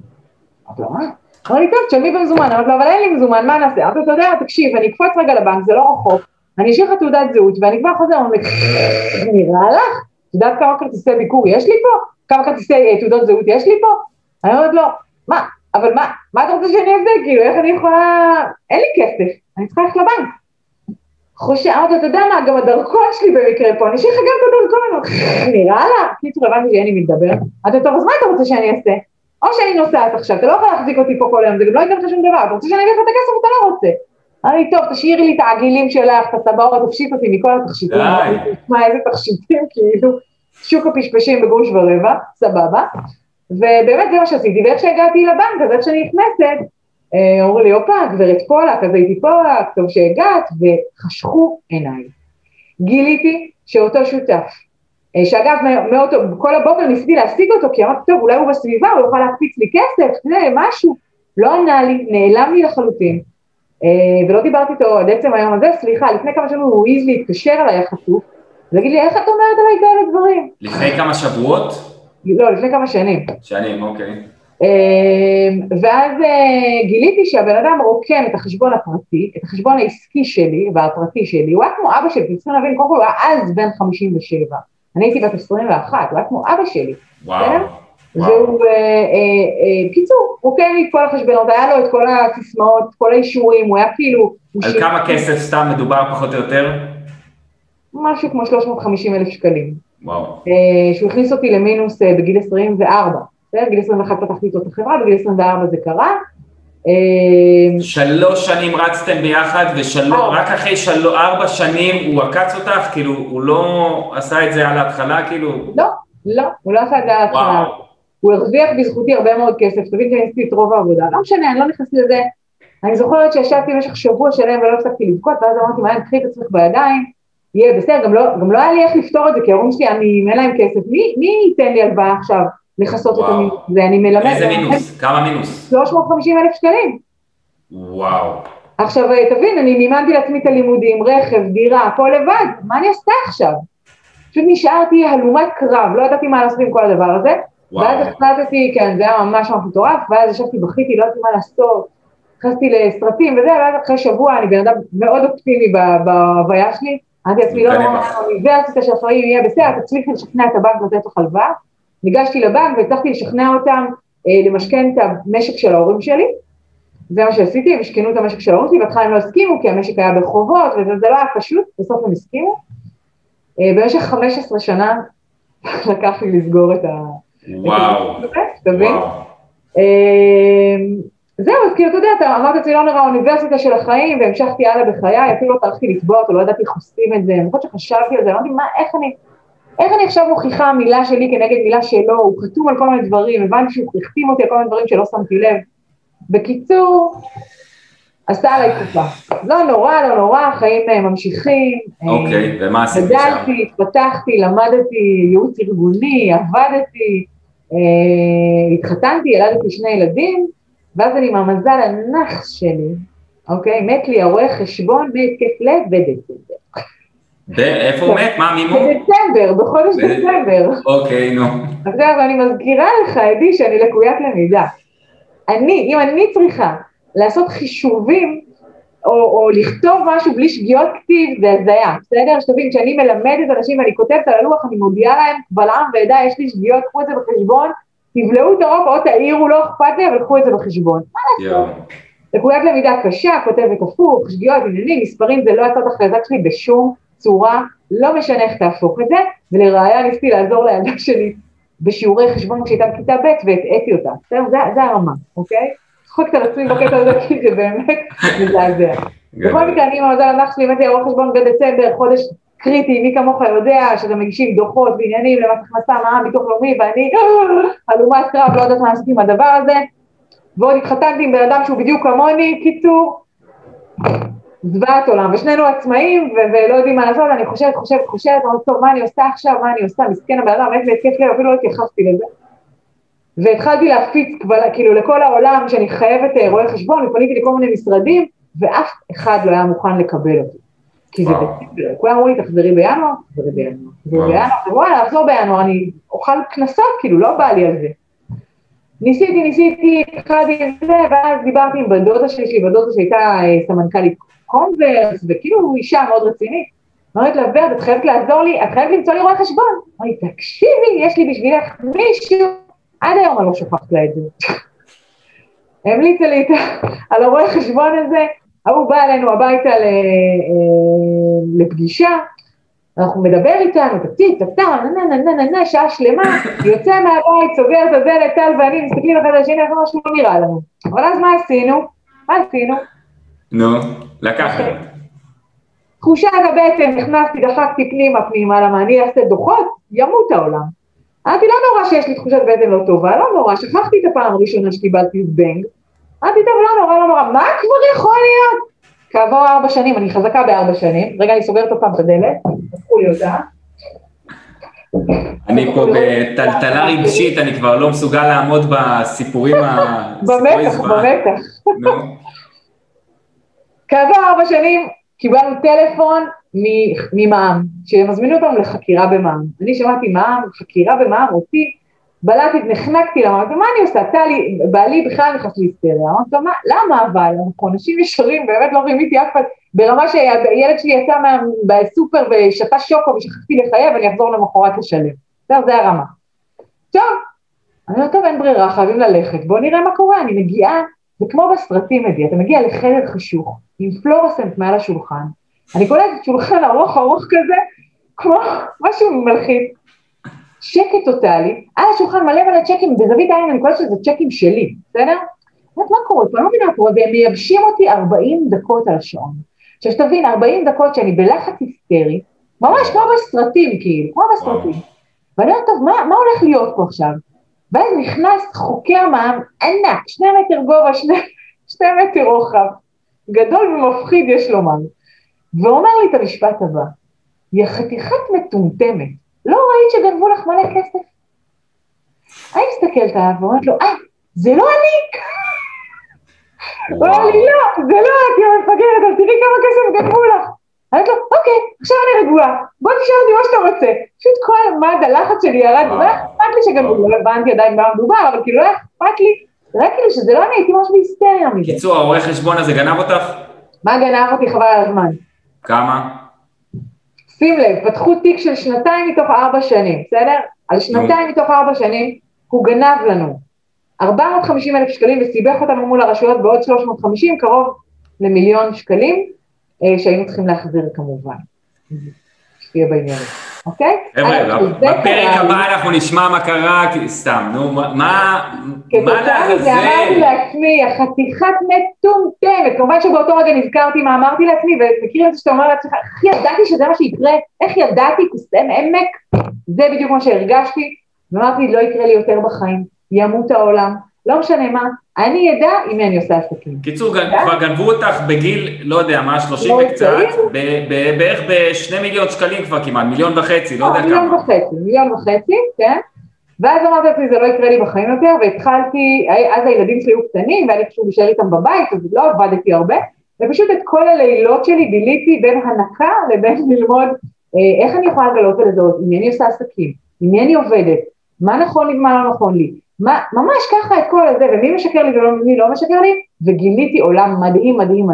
אמרתי לו, מה? אמר לי, טוב, תשלמי במזומן, אמרתי לו, אבל אין לי מזומן, מה נעשה? אמרתי לו, אתה יודע, תקשיב, אני אקפוץ רגע לבנק, זה לא רחוק, אני אשאיר לך תעודת זהות, ואני כבר חוזר, אמרתי, נראה לך? אתה יודעת כמה כרטיסי ביקור יש לי פה? כמה כרטיסי תעודות זהות יש לי פה? אני אומרת לו, מה? אבל מה אתה רוצה שאני אעשה? כאילו, איך אני יכולה... אין לי כסף, אני צריכה ללכת לבנק. אמרתי, אתה יודע מה, גם הדרכון שלי במקרה פה, אני אשאיר לך גם את הדרכון, נראה לה? קיצור, הבנתי שאין לי מדבר. אמרתי, טוב, אז מה אתה רוצה שאני אעשה? או שאני נוסעת עכשיו, אתה לא יכול להחזיק אותי פה כל היום, זה גם לא ייתן לך שום דבר, אתה רוצה שאני אביא לך את הכסף, אתה לא רוצה. אמר לי, טוב, תשאירי לי את העגילים שלך, את הטבעות, תפשיט אותי מכל התכשיטים, מה, איזה תכשיטים, כאילו, שוק הפשפשים בגרוש ורבע, סבבה. ובאמת זה מה שעשיתי, ואיך שהגעתי לבנק, אז איך שאני נכנסת, אמרו לי, אופה, גברת פולק, אז הייתי פולק, טוב שהגעת, וחשכו עיניי. גיליתי שאותו שותף, שאגב, כל הבוקר ניסיתי להשיג אותו, כי אמרתי, טוב, אולי הוא בסביבה, הוא יוכל להקפיץ לי כסף, זה משהו, לא ענה לי, נעלם לי לחלוטין, ולא דיברתי איתו עד עצם היום הזה, סליחה, לפני כמה שנים הוא העז להתקשר עליי חטוף, ולהגיד לי, איך את אומרת עליי כאלה דברים? לפני כמה שבועות? לא, לפני כמה שנים. שנים, אוקיי. ואז גיליתי שהבן אדם רוקם את החשבון הפרטי, את החשבון העסקי שלי והפרטי שלי, הוא היה כמו אבא שלי, צריכים להבין, קודם כל הוא היה אז בן 57, אני הייתי בת 21, הוא היה כמו אבא שלי. וואו. והוא, קיצור, רוקם לי את כל החשבונות, היה לו את כל הסיסמאות, כל האישורים, הוא היה כאילו... על כמה כסף סתם מדובר פחות או יותר? משהו כמו 350,000 שקלים. וואו. שהוא הכניס אותי למינוס בגיל 24. בגיל 21 פתחתי איתו את החברה, בגיל 24 זה קרה. 3 שנים רצתם ביחד, ורק אחרי 4 שנים הוא עקץ אותך, כאילו הוא לא עשה את זה על ההתחלה, כאילו... לא, הוא לא עשה את זה על ההתחלה. הוא הרוויח בזכותי הרבה מאוד כסף, תבין שאני עשיתי את רוב העבודה. לא משנה, אני לא נכנסתי לזה. אני זוכרת שישבתי במשך שבוע שלם ולא הפסקתי לבכות, ואז אמרתי, מה, קחי את עצמך בידיים, יהיה בסדר, גם לא היה לי איך לפתור את זה, כי ההורים שלי, אני אין להם כסף, מי ייתן לי הלוואה עכשיו לכסות את המינוס? זה אני מלמד. איזה מינוס? כמה מינוס? 350,000 שקלים. וואו. עכשיו תבין, אני מימנתי לעצמי את הלימודים, רכב, דירה, הכל לבד, מה אני עושה עכשיו? פשוט נשארתי הלומת קרב, לא ידעתי מה לעשות עם כל הדבר הזה, ואז החלטתי, כן, זה היה ממש מטורף, ואז ישבתי בכיתי, לא ידעתי מה לעשות, נכנסתי לסרטים וזה, ואז אחרי שבוע אני בן אדם מאוד אופטימי בהוויה שלי, אמרתי לעצמי, לא, האוניברסיטה של החיים יהיה בסדר, תצליחי לשכנע את הבנק לתת לך הלוואה, ניגשתי לבנק והצלחתי לשכנע אותם למשכן את המשק של ההורים שלי, זה מה שעשיתי, הם השכנו את המשק של ההורים שלי, בהתחלה הם לא הסכימו, כי המשק היה ברחובות, וזה לא היה פשוט, בסוף הם הסכימו. במשך 15 שנה לקח לי לסגור את ה... וואו. תבין? זהו, אז כאילו, אתה יודע, אמרת אצלי לא נראה האוניברסיטה של החיים, והמשכתי הלאה בחיי, אפילו לא תלכתי לתבוע אותו, לא ידעתי איך עושים את זה, אני חושבת שחשבתי על זה, אמרתי, מה, איך אני עכשיו מוכיחה מילה שלי כנגד מילה שלו, הוא חתום על כל מיני דברים, הבנתי שהוא החתים אותי על כל מיני דברים שלא שמתי לב. בקיצור, עשה עליי תקופה. לא נורא, החיים ממשיכים. אוקיי, ומה עשיתי שם? גדלתי, התפתחתי, למדתי ייעוץ ארגוני, עבדתי, התחתנתי, ילדתי 2 ילדים, ואז אני מהמזל הנכס שלי, אוקיי, מת לי הרואה חשבון בהתקף לב בדצמבר. איפה הוא מת? מה, מימו? בדצמבר, בחודש דצמבר. אוקיי, נו. עכשיו, אני מזכירה לך, עדי, שאני לקוית למידה. אם אני צריכה לעשות חישובים, או לכתוב משהו בלי שגיאות כתיב, זה הזיה, בסדר? שתבין, כשאני מלמדת אנשים ואני כותבת על הלוח, אני מודיעה להם, קבל עם ועדה, יש לי שגיאות, קחו את זה בחשבון, תבלעו את הרוק או תעירו, לא אכפת לי, אבל קחו את זה בחשבון. מה לעשות? לקוית למידה קשה, כותבת הפוך, שגיאות, עניינים, מספרים, זה לא הצד החזק שלי בשום צורה, לא משנה איך תהפוך את זה, ולראיה ניסיתי לעזור לילדה שלי בשיעורי חשבון כשהייתה בכיתה ב' והטעיתי אותה, זה הרמה, אוקיי? צחוקת על עצמי בקטע הזה, כי זה באמת מזעזע. בכל מקרה, אני עם המזל הנח שלי, הבאתי עורך חשבון בדצמבר, חודש קריטי, מי כמוך יודע, שאתם מגישים דוחות ועניינים למס הכנסה, מע"מ, ביטוח לאומי, ואני הלומת קרב, לא יודעת מה לעשות עם הדבר הזה, ועוד התחתנתי עם בן אדם שהוא בדיוק כמוני, קיצור, זוועת עולם, ושנינו עצמאים, ולא יודעים מה לעשות, אני חושבת, טוב, מה אני עושה עכשיו, מסכן הבן אדם, להתקף לב, אפילו לא התייחסתי לזה. והתחלתי להפיץ כאילו לכל העולם שאני חייבת רואה חשבון, ופניתי לכל מיני משרדים, ואף אחד לא היה מוכן לקבל אותי. כי זה בסדר, כולם אמרו לי, תחזרי בינואר, ובואלה, אחזור בינואר, אני אוכל כנסות, כאילו לא בא לי על זה. ניסיתי, התחלתי את זה, ואז דיברתי עם בדודה שלי, בדודה שהייתה סמנכ"לית קונברס, וכאילו אישה מאוד רצינית. אמרתי לה, ורד, את חייבת לעזור לי, את חייבת למצוא לי רואה חשבון. אמרתי, תקשיבי, יש לי בשבילך מישהו, עד היום אני לא שוכחת לה את זה. המליצה לי על הרואה חשבון הזה, הוא בא אלינו הביתה לפגישה, אנחנו מדבר איתנו, שעה שלמה, יוצא מהבית, סוגר את הדלת, טל ואני מסתכלים אחד על השני, אנחנו משהו לא נראה לנו. אבל אז מה עשינו? נו, לקחנו. תחושה בבטן, נכנסתי, דחקתי פנימה, למה אני אעשה דוחות, ימות העולם. אמרתי, לא נורא שיש לי תחושת בטן לא טובה, לא נורא, שכחתי את הפעם הראשונה שקיבלתי בנג, אמרתי, טוב, לא נורא, מה כבר יכול להיות? כעבור 4 שנים, אני חזקה ב4 שנים, רגע, אני סוגרת אותם בדלת, תפכו לי אותה. אני פה בטלטלה רגשית, אני כבר לא מסוגל לעמוד בסיפורים במתח. כעבור 4 שנים, קיבלנו טלפון ממע"מ, שמזמינו אותנו לחקירה במע"מ. אני שמעתי מע"מ, חקירה במע"מ, אותי, בלעתי, נחנקתי לה, אמרתי, מה אני עושה? בעלי בכלל נכנס להיסטריה, אמרתי, למה אבל? אנחנו אנשים ישרים, באמת לא רימיתי אף אחד, ברמה שהילד שלי יצא בסופר ושתה שוקו ושכחתי לחייב, אני אחזור למחרת לשלם. זה הרמה. טוב, אני אומרת, טוב, אין ברירה, חייבים ללכת, בואו נראה מה קורה, אני מגיעה, זה כמו בסרטים מגיע, אתה מגיע לחדר חשוך, עם פלורסנט מעל השולחן, אני קולטת שולחן ארוך כזה, כמו משהו מלחיץ, שקט טוטלי, על השולחן מלא צ'קים, בזווית העין אני קולטת שזה צ'קים שלי, בסדר? מה קורה? אני לא מבינה קורה, והם מייבשים אותי 40 דקות על השעון. עכשיו שתבין, 40 דקות שאני בלחץ היסטרי, ממש כמו בסרטים כאילו, כמו בסרטים. ואני אומרת, טוב, מה הולך להיות פה עכשיו? ואז נכנס חוקר מע"מ ענק, 2 מטר גובה, 2 מטר רוחב, גדול ומפחיד יש לומר, ואומר לי את המשפט הבא, יא חתיכת מטומטמת, לא ראית שגנבו לך מלא כסף? אני מסתכלת עליו ואומרת לו, זה לא אני! הוא אומר לי, לא, זה לא את, יא מפגרת, אז תראי כמה כסף גנבו לך. אני אומרת לו, אוקיי, עכשיו אני רגועה, בוא תשאל אותי מה שאתה רוצה. פשוט כל מד הלחץ שלי ירד, לא אכפת לי שגנבו, לא הבנתי עדיין מה מדובר, אבל כאילו לא אכפת לי, רק כאילו שזה לא אני, הייתי ממש בהיסטריה מזה. קיצור, הרואה חשבון הזה גנב אותך? מה גנב אותי חבל על הזמן? כמה? שים לב, פתחו תיק של 2 מתוך 4 שנים, בסדר? על 2 מתוך 4 שנים, הוא גנב לנו 450,000 שקלים, וסיבך אותנו מול הרשויות בעוד 350, קרוב ל1,000,000 שקלים, שהיינו צריכים להחזיר כמובן. שתהיה בעניין, אוקיי? חבר'ה, בפרק הבא אנחנו נשמע מה קרה, סתם, נו, מה זה אמרתי לעצמי, החתיכת מטומטמת, כמובן שבאותו רגע נזכרתי מה אמרתי לעצמי, ומכיר את זה שאתה אומר לעצמך, איך ידעתי שזה מה שיקרה, איך ידעתי, קוסם עמק, זה בדיוק מה שהרגשתי, ואמרתי, לא יקרה לי יותר בחיים, ימות העולם, לא משנה מה, אני ידע אם אני עושה עסקים. קיצור, כבר גנבו אותך בגיל, לא יודע מה, 30 וקצת, בערך ב2 מיליון שקלים כבר כמעט, 1.5 מיליון, לא יודע כמה. 1.5 מיליון, כן? ואז אמרתי לעצמי, זה לא יקרה לי בחיים יותר, והתחלתי, אז הילדים שלי היו קטנים, והיה לי חשוב להישאר איתם בבית, אז לא עבדתי הרבה, ופשוט את כל הלילות שלי ביליתי בין הנקה לבין ללמוד, איך אני יכולה לגלות ולזהות, עם מי אני עושה עסקים, עם מי אני עובדת, מה נכון לי ומה לא נכון לי, ממש ככה את כל הזה, ומי משקר לי ומי לא משקר לי, וגיליתי עולם מדהים,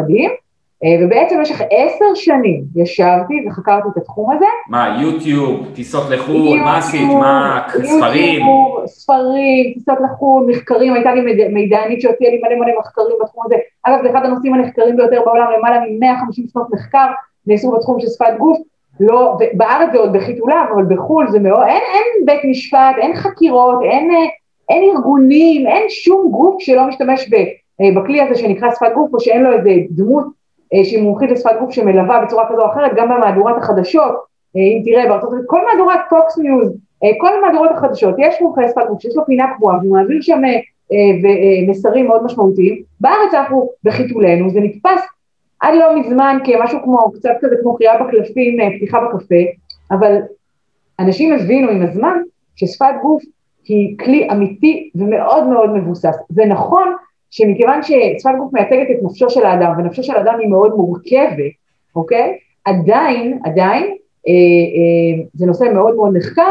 ובעצם במשך 10 שנים ישבתי וחקרתי את התחום הזה. מה, יוטיוב, טיסות לחו"ל, מה עשית, מה, ספרים? ספרים, טיסות לחו"ל, מחקרים, הייתה לי מידענית שהוציאה לי מלא מחקרים בתחום הזה, אגב זה אחד הנושאים הנחקרים ביותר בעולם, למעלה מ150 שנות מחקר, נעשו בתחום של שפת גוף, לא, בארץ זה עוד בחיתוליו, אבל בחו"ל זה מאוד, אין בית משפט, אין חקירות, אין ארגונים, אין שום גוף שלא משתמש בכלי הזה שנקרא שפת גוף, או שאין לו איזה דמות שהיא מומחית לשפת גוף שמלווה בצורה כזו או אחרת, גם במהדורת החדשות, אם תראה בארצות הברית, כל מהדורת פוקס ניוז, כל מהדורות החדשות, יש מומחה לשפת גוף שיש לו פינה קבועה, והוא מעביר שם מסרים מאוד משמעותיים, בארץ אנחנו בחיתולנו, זה נתפס עד לא מזמן כמשהו כמו, קצת כזה כמו קריאה בקלפים, פתיחה בקפה, אבל אנשים הבינו עם הזמן ששפת גוף היא כלי אמיתי ומאוד מאוד מבוסס. זה נכון שמכיוון ששפת גוף מייצגת את נפשו של האדם, ונפשו של האדם היא מאוד מורכבת, אוקיי? עדיין, זה נושא מאוד מאוד נחקר,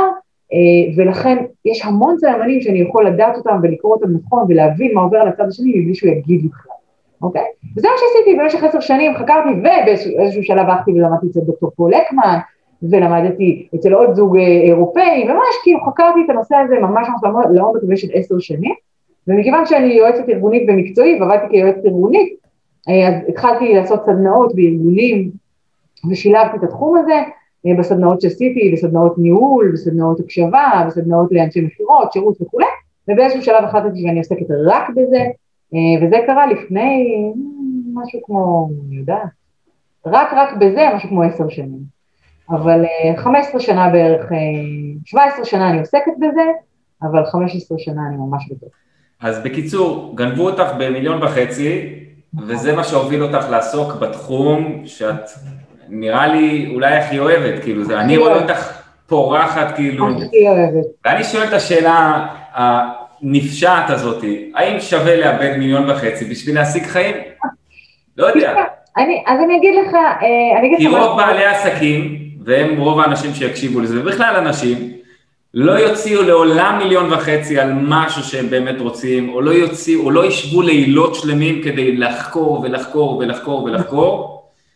ולכן יש המון סממנים שאני יכול לדעת אותם ולקרוא אותם נכון ולהבין מה עובר על הצד השני מבלי שהוא יגיד בכלל, אוקיי? וזה מה שעשיתי במשך 10 שנים, חקרתי ובאיזשהו שלב הלכתי ולמדתי אצל דוקטור פול לקמן, ולמדתי אצל עוד זוג אירופאי, וממש כאילו חקרתי את הנושא הזה ממש לעומק במשך 10 שנים, ומכיוון שאני יועצת ארגונית ומקצועית, ועבדתי כיועצת ארגונית, אז התחלתי לעשות סדנאות בארגונים, ושילבתי את התחום הזה, בסדנאות שעשיתי, בסדנאות ניהול, בסדנאות הקשבה, בסדנאות לאנשי מכירות, שירות וכו', ובאיזשהו שלב החלטתי שאני עוסקת רק בזה, וזה קרה לפני משהו כמו, אני יודעת, רק בזה משהו כמו 10 שנים. אבל 15 שנה בערך, 17 שנה אני עוסקת בזה, אבל 15 שנה אני ממש בטוח. אז בקיצור, גנבו אותך ב1.5 מיליון, וזה מה שהוביל אותך לעסוק בתחום שאת נראה לי אולי הכי אוהבת, כאילו זה, אני רואה אותך פורחת כאילו. הכי אוהבת. ואני שואל את השאלה הנפשעת הזאת, האם שווה לאבד 1.5 מיליון בשביל להשיג חיים? לא יודע. אז אני אגיד לך, כי רוב בעלי עסקים, והם רוב האנשים שיקשיבו לזה, ובכלל אנשים, לא יוציאו לעולם 1.5 מיליון על משהו שהם באמת רוצים, או לא יוציאו, או לא ישבו לילות שלמים כדי לחקור ולחקור ולחקור ולחקור,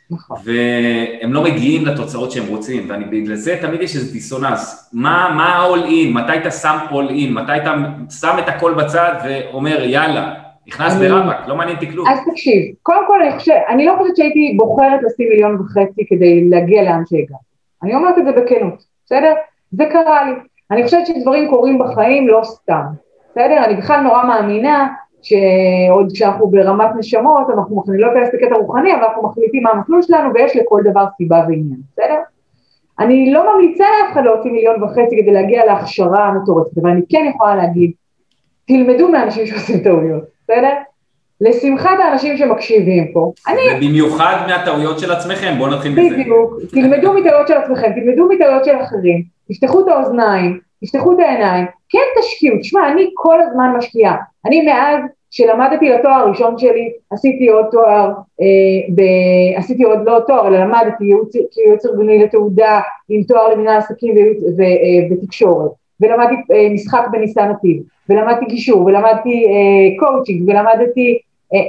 והם לא מגיעים לתוצאות שהם רוצים, ואני בגלל זה תמיד יש איזה דיסוננס, מה all in, מתי אתה שם all in, מתי אתה שם את הכל בצד ואומר יאללה, נכנס ברבק, לא מעניין אותי כלום. אז תקשיב, קודם כל אני לא חושבת שהייתי בוחרת לשים 1.5 מיליון כדי להגיע לאן שהגעתי. אני אומרת את זה בכנות, בסדר? זה קרה לי. אני חושבת שדברים קורים בחיים לא סתם, בסדר? אני בכלל נורא מאמינה שעוד כשאנחנו ברמת נשמות, אנחנו לא יכולים לקטע רוחני, אבל אנחנו מחליטים מה המסלול שלנו, ויש לכל דבר סיבה ועניין, בסדר? אני לא ממליצה לאף אחד להוציא 1.5 מיליון כדי להגיע להכשרה המטורפת, אבל אני כן יכולה להגיד, תלמדו מאנשים שעושים טעויות, בסדר? לשמחת האנשים שמקשיבים פה. ובמיוחד מהטעויות של עצמכם, בואו נתחיל בזה. בדיוק, תלמדו מטעויות של עצמכם, תלמדו מטעויות של אחרים, תפתחו את האוזניים, תפתחו את העיניים, כן תשקיעו, תשמע, אני כל הזמן משקיעה, אני מאז שלמדתי לתואר הראשון שלי, עשיתי עוד תואר, עשיתי עוד לא תואר, אלא למדתי ייעוץ ארגוני לתעודה, עם תואר למנהל עסקים ותקשורת, ולמדתי משחק בניסן נתיב, ולמדתי גישור, ולמדתי קואוצ'ינג, ולמדתי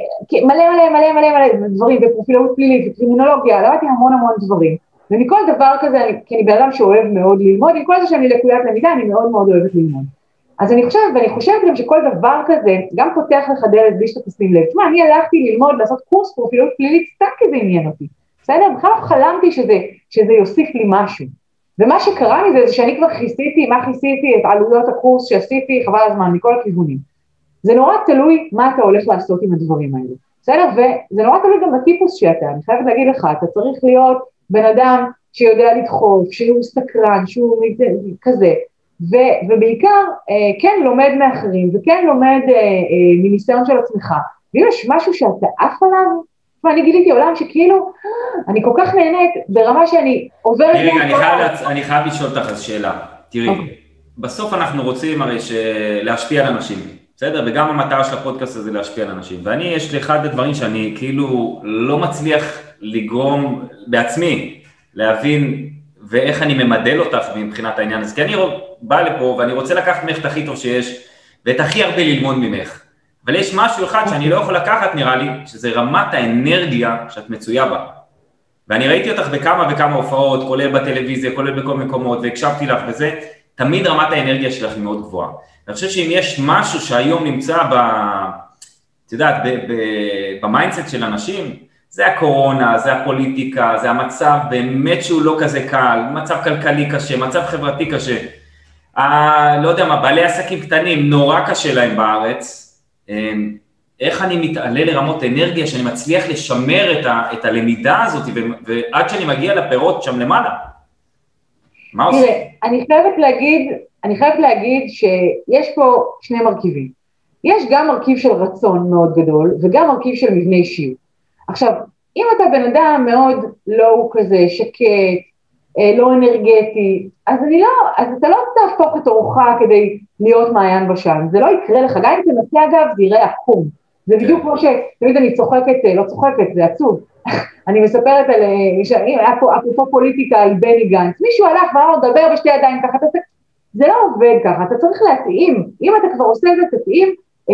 מלא דברים, בפרופילאות פלילית, וקרימינולוגיה, למדתי המון דברים, ומכל דבר כזה, כי אני באדם שאוהב מאוד ללמוד, עם כל זה שאני לקוית למידה, אני מאוד אוהבת ללמוד. אז אני חושבת גם שכל דבר כזה, גם פותח לך דלת בלי שאתה תשים לב. תשמע, אני הלכתי ללמוד, לעשות קורס פרופילאות פלילית, סתם כזה עניין אותי. בסדר? בכלל לא חלמתי שזה יוסיף לי משהו. ומה שקרה מזה, זה שאני כבר כיסיתי את עלויות הקורס שעשיתי, חבל הזמן, מכל הכיוונים. זה נורא תלוי מה אתה הולך לעשות עם הדברים האלה. בסדר? וזה נורא תלוי גם בטיפוס שאתה. אני חייבת להגיד לך, אתה צריך להיות בן אדם שיודע לדחוף, שהוא סקרן, שהוא כזה. ובעיקר, כן לומד מאחרים, וכן לומד מניסיון של עצמך. ואם יש משהו שאתה עף עליו, ואני גיליתי עולם שכאילו, אני כל כך נהנית ברמה שאני עוברת... אני חייב לשאול אותך אז שאלה. תראי, בסוף אנחנו רוצים הרי להשפיע על אנשים, בסדר? וגם המטרה של הפודקאסט הזה להשפיע על אנשים. ואני, יש לי אחד הדברים שאני כאילו לא מצליח לגרום בעצמי, להבין ואיך אני ממדל אותך מבחינת העניין הזה. כי אני בא לפה ואני רוצה לקחת ממך את הכי טוב שיש, ואת הכי הרבה ללמוד ממך. אבל יש משהו אחד שאני לא יכול לקחת נראה לי, שזה רמת האנרגיה שאת מצויה בה. ואני ראיתי אותך בכמה וכמה הופעות, כולל בטלוויזיה, כולל בכל מקומות, והקשבתי לך וזה, תמיד רמת האנרגיה שלך היא מאוד גבוהה. אני חושב שאם יש משהו שהיום נמצא את יודעת, במיינדסט של אנשים, זה הקורונה, זה הפוליטיקה, זה המצב באמת שהוא לא כזה קל, מצב כלכלי קשה, מצב חברתי קשה. לא יודע מה, בעלי עסקים קטנים, נורא קשה להם בארץ. איך אני מתעלה לרמות אנרגיה, שאני מצליח לשמר את הלמידה הזאת, ועד שאני מגיע לפירות שם למעלה. מה עושה? תראה, אני חייבת להגיד שיש פה שני מרכיבים. יש גם מרכיב של רצון מאוד גדול, וגם מרכיב של מבנה אישיות. עכשיו, אם אתה בן אדם מאוד לא כזה, שקט, לא אנרגטי, אז אתה לא תהפוך את אורך כדי להיות מעיין בשן, זה לא יקרה לך, גם אם תנסה אגב, זה יראה עקום. זה בדיוק כמו שתמיד אני צוחקת, לא צוחקת, זה עצוב. אני מספרת על, אפרופו פוליטיקה, על בני גנץ, מישהו הלך ואמר, דבר בשתי ידיים, ככה תעשה, זה לא עובד ככה, אתה צריך להתאים, אם אתה כבר עושה את זה, תתאים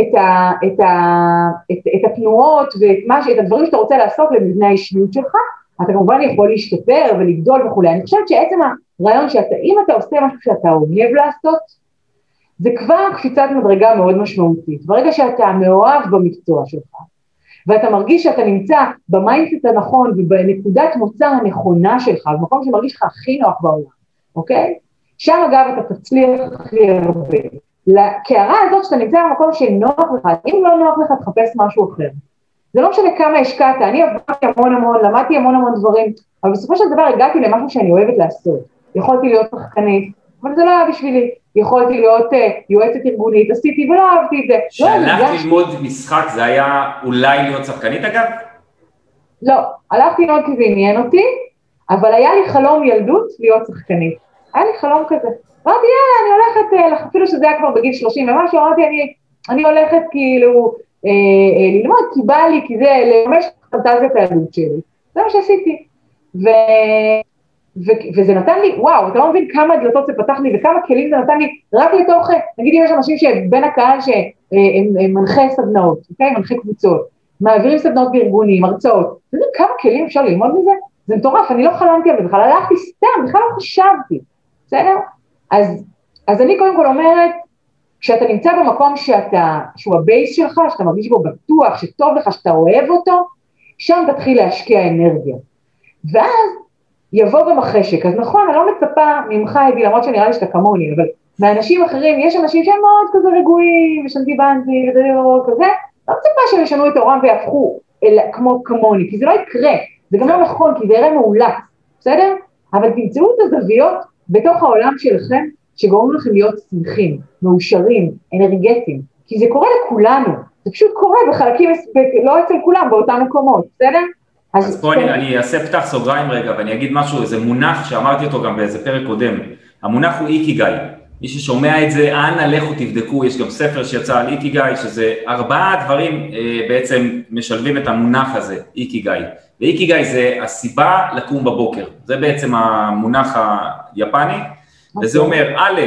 את התנועות ואת הדברים שאתה רוצה לעשות למבנה האישיות שלך, אתה כמובן יכול להשתפר ולגדול וכו'. אני חושבת שעצם הרעיון אם אתה עושה משהו שאתה אוהב לעשות, זה כבר קפיצת מדרגה מאוד משמעותית. ברגע שאתה מאוהב במקצוע שלך, ואתה מרגיש שאתה נמצא במיינדסט הנכון ובנקודת מוצא הנכונה שלך, במקום שמרגיש לך הכי נוח בעולם, אוקיי? שם אגב אתה תצליח הכי הרבה. לקערה הזאת שאתה נמצא במקום שנוח לך, אם לא נוח לך תחפש משהו אחר. זה לא משנה כמה השקעת, אני עברתי המון, למדתי המון דברים, אבל בסופו של דבר הגעתי למשהו שאני אוהבת לעשות. יכולתי להיות שחקנית, אבל זה לא היה בשבילי. יכולתי להיות יועצת ארגונית, עשיתי ולא אהבתי את זה. שהלכת ללמוד משחק, זה היה אולי להיות שחקנית אגב? לא, הלכתי ללמוד כי זה עניין אותי, אבל היה לי חלום ילדות להיות שחקנית. היה לי חלום כזה. אמרתי, יאללה, אני הולכת, אפילו שזה היה כבר בגיל 30 ומשהו, אמרתי, אני הולכת כאילו ללמוד, כי בא לי, כי זה לממש פנטזיית הילדות שלי. זה מה שעשיתי. וזה נתן לי, וואו, אתה לא מבין כמה דלתות זה פתח לי, וכמה כלים זה נתן לי, רק לתוך, נגיד אם יש אנשים שבין הקהל שהם מנחה סדנאות, אוקיי? מנחה קבוצות, מעבירים סדנאות בארגונים, הרצאות, אתה יודע כמה כלים אפשר ללמוד מזה? זה מטורף, אני לא חלמתי על זה בכלל, הלכתי סתם, בכלל לא חשבתי, בסדר? אז אני קודם כל אומרת, כשאתה נמצא במקום שהוא הבייס שלך, שאתה מרגיש בו בטוח, שטוב לך, שאתה אוהב אותו, שם תתחיל להשקיע אנרגיה. ואז יבוא גם החשק. אז נכון, אני לא מצפה ממך, למרות שנראה לי שאתה כמוני, אבל מאנשים אחרים, יש אנשים שהם מאוד כזה רגועים, ושנטיבנטי, כזה, לא מצפה שהם ישנו את העולם ויהפכו כמו כמוני, כי זה לא יקרה, זה גם לא נכון, כי זה יראה מעולה, בסדר? אבל תמצאו את הזוויות בתוך העולם שלכם, שגורמים לכם להיות שמחים, מאושרים, אנרגטיים, כי זה קורה לכולנו, זה פשוט קורה בחלקים, לא אצל כולם, באותם מקומות, בסדר? אז פה אני אעשה פתח סוגריים רגע, ואני אגיד משהו, איזה מונח שאמרתי אותו גם באיזה פרק קודם, המונח הוא איקיגאי, מי ששומע את זה, אנא לכו תבדקו, יש גם ספר שיצא על איקיגאי, שזה 4 דברים בעצם משלבים את המונח הזה, איקיגאי, ואיקיגאי זה הסיבה לקום בבוקר, זה בעצם המונח היפני, וזה אומר, א',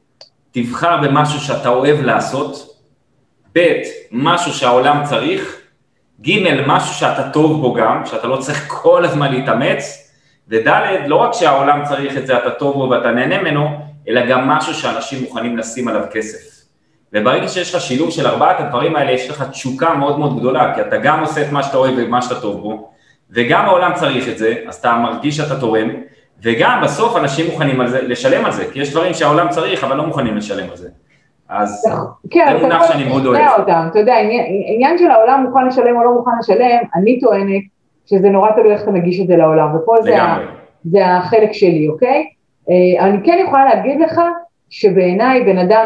תבחר במשהו שאתה אוהב לעשות, ב', משהו שהעולם צריך, ג', משהו שאתה טוב בו גם, שאתה לא צריך כל הזמן להתאמץ, וד', לא רק שהעולם צריך את זה, אתה טוב בו ואתה נהנה ממנו, אלא גם משהו שאנשים מוכנים לשים עליו כסף. וברגע שיש לך שילוב של 4 הדברים האלה, יש לך תשוקה מאוד מאוד גדולה, כי אתה גם עושה את מה שאתה אוהב ומה שאתה טוב בו, וגם העולם צריך את זה, אז אתה מרגיש שאתה תורם, וגם בסוף אנשים מוכנים לשלם על זה, כי יש דברים שהעולם צריך, אבל לא מוכנים לשלם על זה. אז זה מונח שאני מאוד אוהב. אתה יודע, עניין של העולם מוכן לשלם או לא מוכן לשלם, אני טוענת שזה נורא תלוי איך אתה מגיש את זה לעולם, ופה זה החלק שלי, אוקיי? אני כן יכולה להגיד לך שבעיניי בן אדם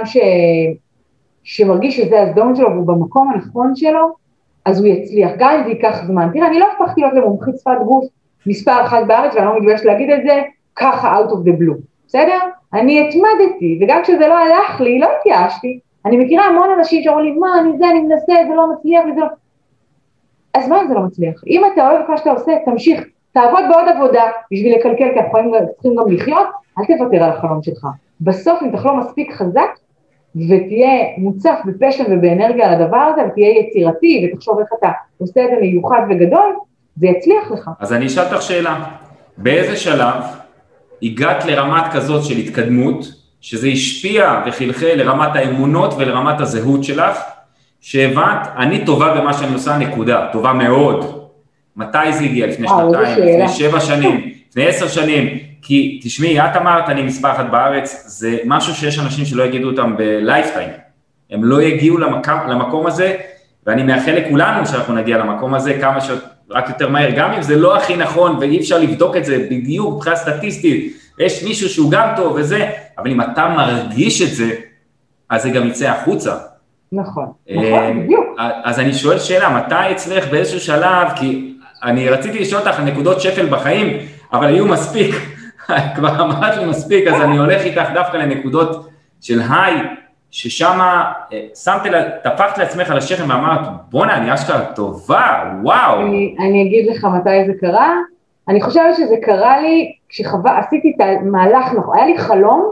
שמרגיש שזה הזדון שלו והוא במקום הנכון שלו, אז הוא יצליח, גם אם זה ייקח זמן. תראה, אני לא הפכתי להיות למומחית שפת גוף מספר 1 בארץ, ואני לא מתביישת להגיד את זה, ככה out of the blue, בסדר? אני התמדתי, וגם כשזה לא הלך לי, לא התייאשתי. אני מכירה המון אנשים שאומרים לי, מה, אני מנסה, זה לא מצליח, וזה לא... אז מה זה לא מצליח? אם אתה אוהב את מה שאתה עושה, תמשיך, תעבוד בעוד עבודה, בשביל לקלקל, כי אנחנו צריכים גם לחיות, אל תוותר על החלום שלך. בסוף, אם תחלום מספיק חזק, ותהיה מוצף בפשן ובאנרגיה על הדבר הזה, ותהיה יצירתי, ותחשוב איך אתה עושה את זה מיוחד וגדול, זה יצליח לך. אז אני אשאל אותך שאלה, באיזה שלב הגעת לרמת כזאת של התקדמות, שזה השפיע וחלחל לרמת האמונות ולרמת הזהות שלך, שהבנת, אני טובה במה שאני עושה, נקודה, טובה מאוד. מתי זה הגיע? לפני 2 לפני 7 שנים, לפני 10 שנים, כי תשמעי, את אמרת, אני מספר 1 בארץ, זה משהו שיש אנשים שלא יגידו אותם בלייפטיים, הם לא יגיעו למקום הזה, ואני מאחל לכולנו שאנחנו נגיע למקום הזה כמה רק יותר מהר, גם אם זה לא הכי נכון, ואי אפשר לבדוק את זה בדיוק, מבחינה סטטיסטית, יש מישהו שהוא גם טוב וזה, אבל אם אתה מרגיש את זה, אז זה גם יצא החוצה. נכון, בדיוק. אז אני שואל שאלה, מתי אצלך באיזשהו שלב, כי אני רציתי לשאול אותך על נקודות שפל בחיים, אבל היו מספיק, כבר אמרת לי מספיק, אז אני הולך איתך דווקא לנקודות של היי, ששם טפחת לעצמך על השכם ואמרת, בונה, אני אשכרה טובה, וואו. אני אגיד לך מתי זה קרה, אני חושבת שזה קרה לי, עשיתי את המהלך, היה לי חלום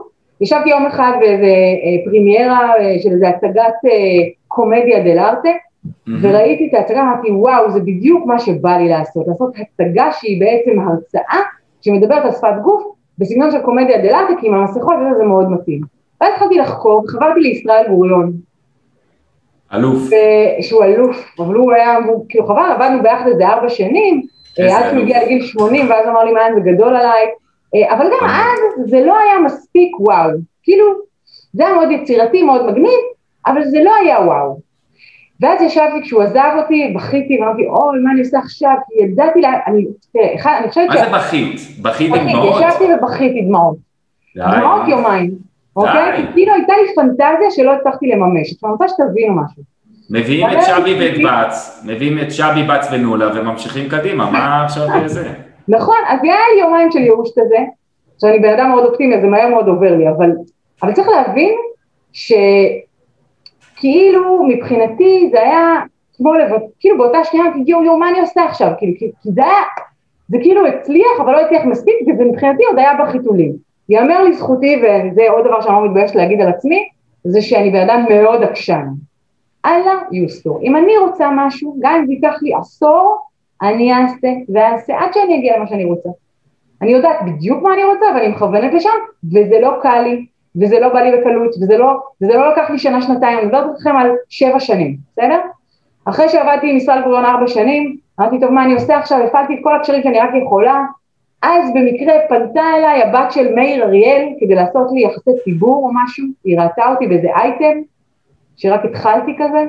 ישבתי יום אחד באיזה פרימיירה של איזה הצגת קומדיה דל ארטה, וראיתי את ההצגה, אמרתי, וואו, זה בדיוק מה שבא לי לעשות הצגה שהיא בעצם הרצאה, שמדברת על שפת גוף, בסגנון של קומדיה דל ארטה, כי עם המסכות זה מאוד מתאים. ואז התחלתי לחקור, חברתי לישראל גוריון. אלוף. שהוא אלוף, אבל הוא היה, כאילו חבל, עבדנו ביחד איזה 4 שנים, עד שהוא הגיע לגיל 80, ואז אמר לי, מה, זה גדול עליי, אבל גם אז זה לא היה מספיק וואו, כאילו, זה היה מאוד יצירתי, מאוד מגניב, אבל זה לא היה וואו. ואז ישבתי, כשהוא עזב אותי, בכיתי, ואמרתי, אוי, מה אני עושה עכשיו? כי ידעתי לה, אני חושבת מה זה בכית? בכית עם דמעות? ישבתי ובכיתי דמעות. דמעות יומיים, אוקיי? כאילו הייתה לי פנטזיה שלא הצלחתי לממש, אני רוצה שתבינו משהו. מביאים את שבי ואת בץ, מביאים את שבי, בץ ונולה, וממשיכים קדימה, מה עכשיו זה? נכון, אז היה לי יומיים של ייאוש כזה, שאני בן אדם מאוד אופטימי, אז זה מהר מאוד עובר לי, אבל צריך להבין שכאילו מבחינתי זה היה, כאילו באותה שנייה, יו, מה אני עושה עכשיו? כי זה כאילו הצליח, אבל לא הצליח מספיק, וזה מבחינתי עוד היה בחיתולים. יאמר לי זכותי, וזה עוד דבר שאני לא מתביישת להגיד על עצמי, זה שאני בן אדם מאוד עקשן. אללה יוסטור. אם אני רוצה משהו, גם אם זה ייקח לי עשור, אני אעשה ואעשה עד שאני אגיע למה שאני רוצה. אני יודעת בדיוק מה אני רוצה, ואני מכוונת לשם, וזה לא קל לי, וזה לא בא לי בקלות, וזה לא לקח לי שנה, שנתיים, אני מדברת לכם על 7 שנים, בסדר? אחרי שעבדתי עם ישראל גוריון 4 שנים, אמרתי, טוב, מה אני עושה עכשיו? הפעלתי את כל הקשרים שאני רק יכולה, אז במקרה פנתה אליי הבת של מאיר אריאל, כדי לעשות לי יחסי ציבור או משהו, היא ראתה אותי באיזה אייטם, שרק התחלתי כזה,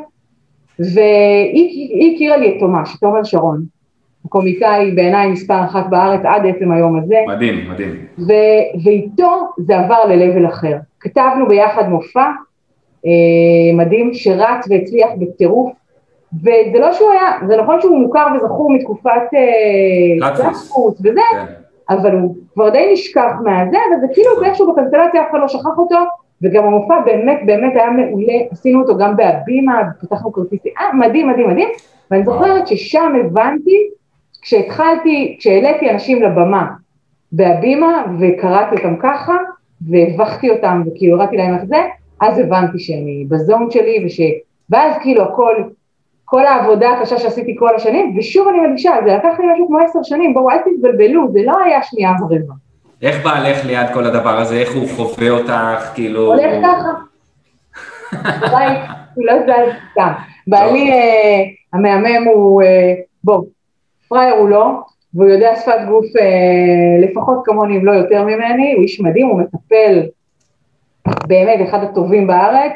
והיא הכירה לי את תומר שרון, הקומיקאי בעיניי מספר 1 בארץ עד עצם היום הזה. מדהים, מדהים. ואיתו זה עבר ללבל אחר. כתבנו ביחד מופע, מדהים, שרץ והצליח בטירוף, וזה לא שהוא היה, זה נכון שהוא מוכר וזכור מתקופת פלטפוס וזה, אבל הוא כבר די נשכח מהזה, וזה כאילו איכשהו בקונסטלציה אף אחד לא שכח אותו, וגם המופע באמת היה מעולה, עשינו אותו גם בהבימה, פתחנו כרטיסי, מדהים, ואני זוכרת ששם הבנתי, כשהעליתי אנשים לבמה בהבימה, וקראתי אותם ככה, והבכתי אותם, וכאילו הראתי להם איך זה, אז הבנתי שאני בזון שלי, ואז כאילו כל העבודה הקשה שעשיתי כל השנים, ושוב אני מדגישה, זה לקח לי משהו כמו 10 שנים, בואו אל תתבלבלו, זה לא היה שנייה ורבע. איך בעלך ליד כל הדבר הזה? איך הוא חווה אותך? כאילו... הולך ככה. הוא לא זז סתם. בעלי המאמם הוא, פרייר הוא לא, והוא יודע שפת גוף לפחות כמוני, אם לא יותר ממני, הוא איש מדהים, הוא מטפל באמת אחד הטובים בארץ,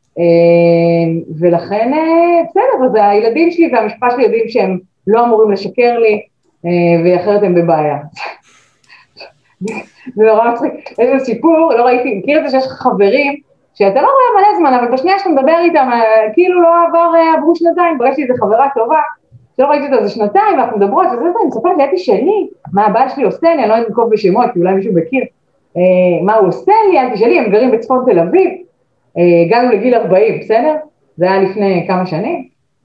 ולכן בסדר, אז הילדים שלי והמשפחה שלי יודעים שהם לא אמורים לשקר לי, ואחרת הם בבעיה. זה נורא מצחיק, איזה סיפור, לא ראיתי, מכיר את זה שיש לך חברים, שאתה לא רואה מלא זמן, אבל בשנייה שאתה מדבר איתם, כאילו לא עברו 2, ברגע איזו חברה טובה, שלא ראיתי אותה זה 2, ואנחנו מדברות, וזה, אני מספרת לידי שלי, מה הבעל שלי עושה לי, אני לא יודעת לנקוב בשמות, כי אולי מישהו מכיר, מה הוא עושה לי, אנטי שלי, הם גרים בצפון תל אביב, הגענו לגיל 40, בסדר? זה היה לפני כמה שנים,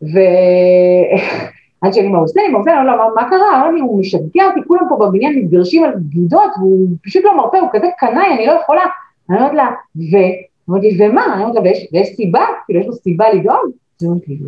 עד שאני מה עושה, מה קרה? הוא משגע אותי, כולם פה בבניין מתגרשים על בגידות, והוא פשוט לא מרפא, הוא כזה קנאי, אני לא יכולה, אני אומרת לה, ומה? אני אומרת לה, ויש סיבה? כאילו, יש לו סיבה לדאוג? זה אומרת לי,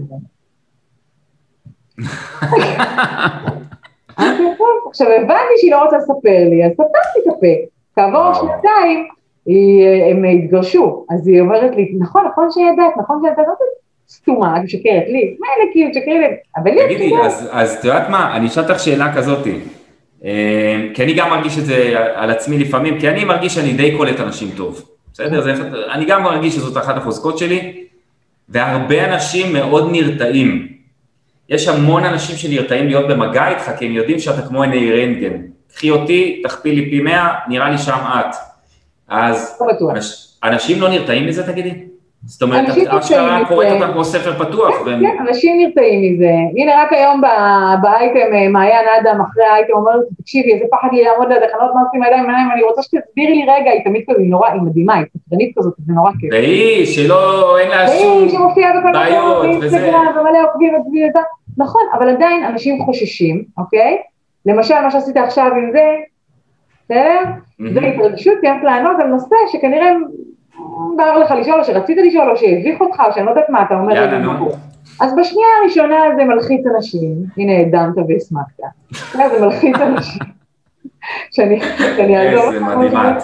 עכשיו הבנתי שהיא לא רוצה לספר לי, אז ספרתי את הפה, כעבור 2, הם התגרשו, אז היא אומרת לי, נכון שידעת, סתומה, את משקרת לי, מה אלה כאילו, תשקרי לי, אבל לי... תגידי, אז את יודעת מה, אני אשאל אותך שאלה כזאת, כי אני גם מרגיש את זה על עצמי לפעמים, כי אני מרגיש שאני די קולט אנשים טוב, בסדר? אני גם מרגיש שזאת אחת החוזקות שלי, והרבה אנשים מאוד נרתעים. יש המון אנשים שנרתעים להיות במגע איתך, כי הם יודעים שאתה כמו עיני רנטגן. קחי אותי, תכפיל לי פי 100, נראה לי שם את. אז אנשים לא נרתעים מזה, תגידי? זאת אומרת, אשכרה קוראת אותם כמו ספר פתוח. כן, אנשים נרתעים מזה. הנה רק היום באייטם, מעיין אדם, אחרי האייטם, אומרת, תקשיבי, איזה פחד לי לעמוד לידך, אני לא יודעת מה עושים הידיים, אני רוצה שתסבירי לי רגע, היא תמיד כזו, היא נורא, היא מדהימה, היא ספרנית כזאת, זה נורא כיף. והיא, שלא, אין לה שום בעיות, וזה. ומלא עוקבים את זה. נכון, אבל עדיין אנשים חוששים, אוקיי? למשל, מה שעשית עכשיו עם זה, בסדר? זה התרגשות, כי את לענות על נושא שכנראה בער לך לשאול, או שרצית לשאול, או שהביך אותך, או שאני לא יודעת מה אתה אומר. יאללה, נו. אז בשנייה הראשונה זה מלחיץ אנשים, הנה דמת והסמכת, זה מלחיץ אנשים, שאני אעזור. איזה מדהימת.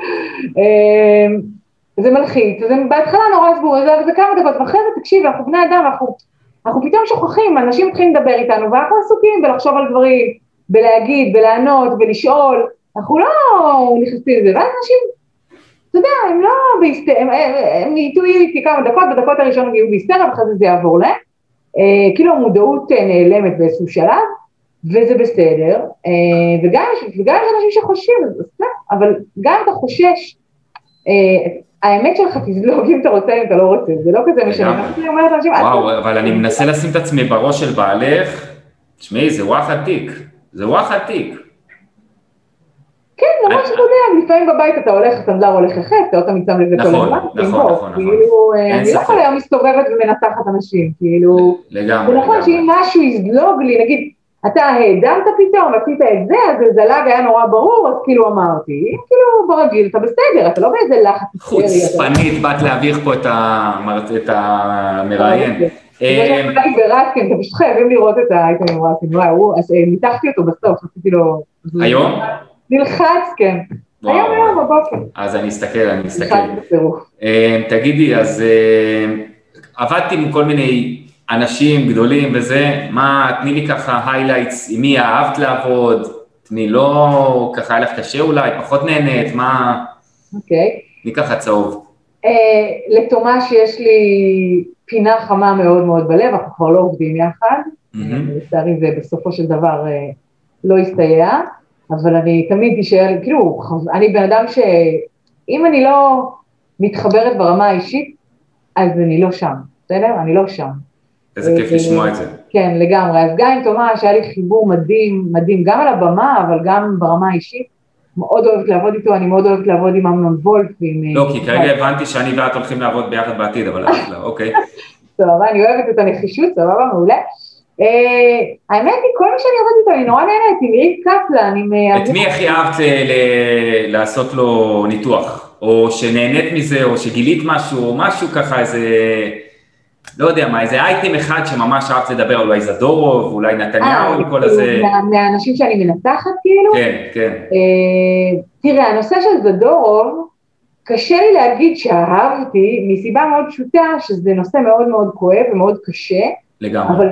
זה מלחיץ, זה בהתחלה נורא סגור, זה כמה דקות, ואחרי זה תקשיב, אנחנו בני אדם, אנחנו פתאום שוכחים, אנשים מתחילים לדבר איתנו, ואנחנו עסוקים בלחשוב על דברים, בלהגיד, בלענות, בלשאול, אנחנו לא נכנסים לזה, ואז אנשים, אתה יודע, הם לא הם ייתו איתי כמה דקות, בדקות הראשונות יהיו בהיסטריה, ואחרי זה יעבור להם, כאילו המודעות נעלמת באיזשהו שלב, וזה בסדר, וגם יש אנשים שחושבים, אבל גם אתה חושש, האמת שלך תזלוג אם אתה רוצה, אם אתה לא רוצה, זה לא כזה משנה. וואו, אבל אני מנסה לשים את עצמי בראש של בעלך, תשמעי, זה וואחד תיק, זה וואחד תיק. כן, ממש אתה יודע, לפעמים בבית אתה הולך, הסנדלר הולך יחף, אתה תמיד שם לזה כל הזמן. נכון. כאילו, אני לא יכולה היום מסתובבת ומנתחת אנשים, כאילו, לגמרי. זה נכון שאם משהו יזלוג לי, נגיד, אתה העדמת פתאום, עשית את זה, אז זלג היה נורא ברור, אז כאילו אמרתי, כאילו ברגיל, אתה בסדר, אתה לא באיזה לחץ. חוצפנית, באת להביך פה את המראיין. זה שמעתי ברסקין, אתם פשוט חייבים לראות את האייטם עם רסקין, אז ניתחתי אותו בסוף, עשיתי לו... היום? נלחץ, כן. היום בבוקר. אז אני אסתכל. תגידי, אז עבדתי עם כל מיני... אנשים גדולים וזה, תני לי ככה highlights, עם מי אהבת לעבוד, תני לא, ככה היה לך קשה אולי, פחות נהנית, מה... אוקיי. תני ככה צהוב. לתומש יש לי פינה חמה מאוד מאוד בלב, אנחנו כבר לא עובדים יחד, לצערי זה בסופו של דבר לא הסתייע, אבל אני תמיד תישאר, כאילו, אני בן אדם שאם אני לא מתחברת ברמה האישית, אז אני לא שם, בסדר? אני לא שם. איזה כיף לשמוע את זה. כן, לגמרי. אז גם עם תומש היה לי חיבור מדהים, גם על הבמה, אבל גם ברמה האישית. מאוד אוהבת לעבוד איתו, אני מאוד אוהבת לעבוד עם אמנון וולף. לא, כי כרגע הבנתי שאני ואת הולכים לעבוד ביחד בעתיד, אבל לא, אוקיי. סבבה, אני אוהבת את הנחישות, סבבה, מעולה. האמת היא, כל מי שאני עובדת איתו, אני נורא נהנית, עם ריב קפלן, את מי הכי אהבת לעשות לו ניתוח? או שנהנית מזה, או שגילית משהו, או משהו ככה, איזה... לא יודע מה, איזה אייטם אחד שממש אהבת לדבר, אולי זדורוב, אולי נתניהו, כל הזה... מהאנשים שאני מנתחת כאילו? כן. תראה, הנושא של זדורוב, קשה לי להגיד שאהבתי, מסיבה מאוד פשוטה, שזה נושא מאוד מאוד כואב ומאוד קשה. לגמרי. אבל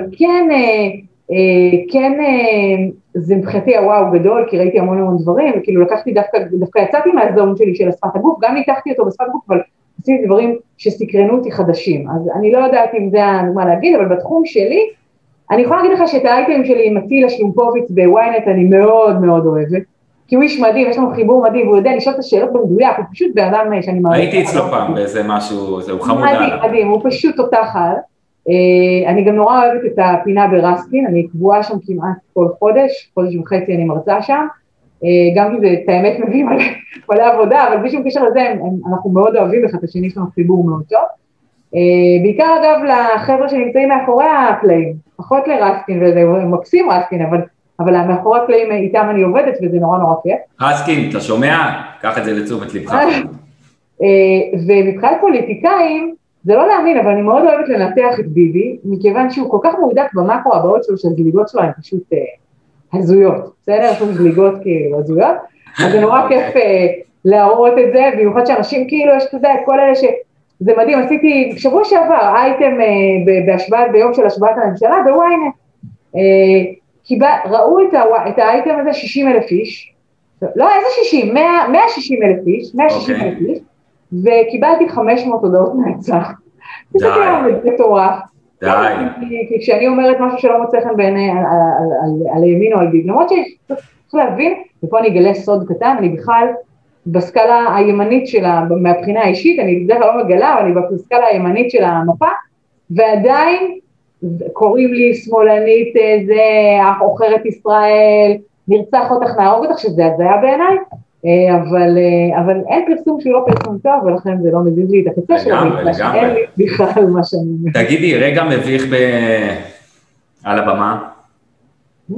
כן, זה מבחינתי הוואו גדול, כי ראיתי המון דברים, וכאילו לקחתי דווקא יצאתי מהזון שלי של השפת הגוף, גם ניתחתי אותו בשפת הגוף, אבל... עשיתי דברים שסקרנו אותי חדשים, אז אני לא יודעת אם זה מה להגיד, אבל בתחום שלי, אני יכולה להגיד לך שאת האייטם שלי עם אצילה שלומפוביץ בוויינט אני מאוד מאוד אוהבת, כי הוא איש מדהים, יש לנו חיבור מדהים, והוא יודע לשאול את השאלות במדויק, הוא פשוט באדם שאני מעריכה. הייתי אצלו פעם באיזה משהו, הוא חמוד עליו. מדהים, הוא פשוט תותח על. אני גם נורא אוהבת את הפינה ברסקין, אני קבועה שם כמעט כל חודש וחצי אני מרצה שם, גם כי זה את האמת מביאים מלא עבודה, אבל בלי שום קשר לזה, אנחנו מאוד אוהבים אחד את השני, יש לנו חיבור מאוד טוב. בעיקר אגב לחבר'ה שנמצאים מאחורי הקלעים, פחות לרסקין, וזה מקסים רסקין, אבל מאחורי הקלעים איתם אני עובדת, וזה נורא נורא כיף. רסקין, אתה שומע? קח את זה לתשומת לבך. ומבחינת פוליטיקאים, זה לא להאמין, אבל אני מאוד אוהבת לנתח את ביבי, מכיוון שהוא כל כך מודק במקרו הבאות שלו, שהזליגות שלו הן פשוט... הזויות, בסדר? יש לנו זליגות כאילו הזויות, אז זה נורא כיף להראות את זה, במיוחד שאנשים כאילו, יש, אתה יודע, את כל אלה שזה מדהים, עשיתי שבוע שעבר, אייטם ביום של השבעת הממשלה, בוויינט, ראו את האייטם הזה 60,000 איש, לא, איזה 60, 160,000 איש, 160,000 איש, וקיבלתי 500 הודעות מהצעה. זה מטורף. די. כי כשאני אומרת משהו שלא מוצא חן בעיני על הימין או על ביבי, למרות שצריך להבין, ופה אני אגלה סוד קטן, אני בכלל בסקאלה הימנית שלה, מהבחינה האישית, אני בדרך כלל לא מגלה, אבל אני בסקאלה הימנית של המפה, ועדיין קוראים לי שמאלנית, זה עוכרת ישראל, נרצח אותך, נהרוג אותך, שזה הזיה בעיניי, אבל אין פרסום שהוא לא פרסום טוב, ולכן זה לא מזיז לי את הקצה שלו, אין לי בכלל מה שאני... תגידי, רגע מביך על הבמה?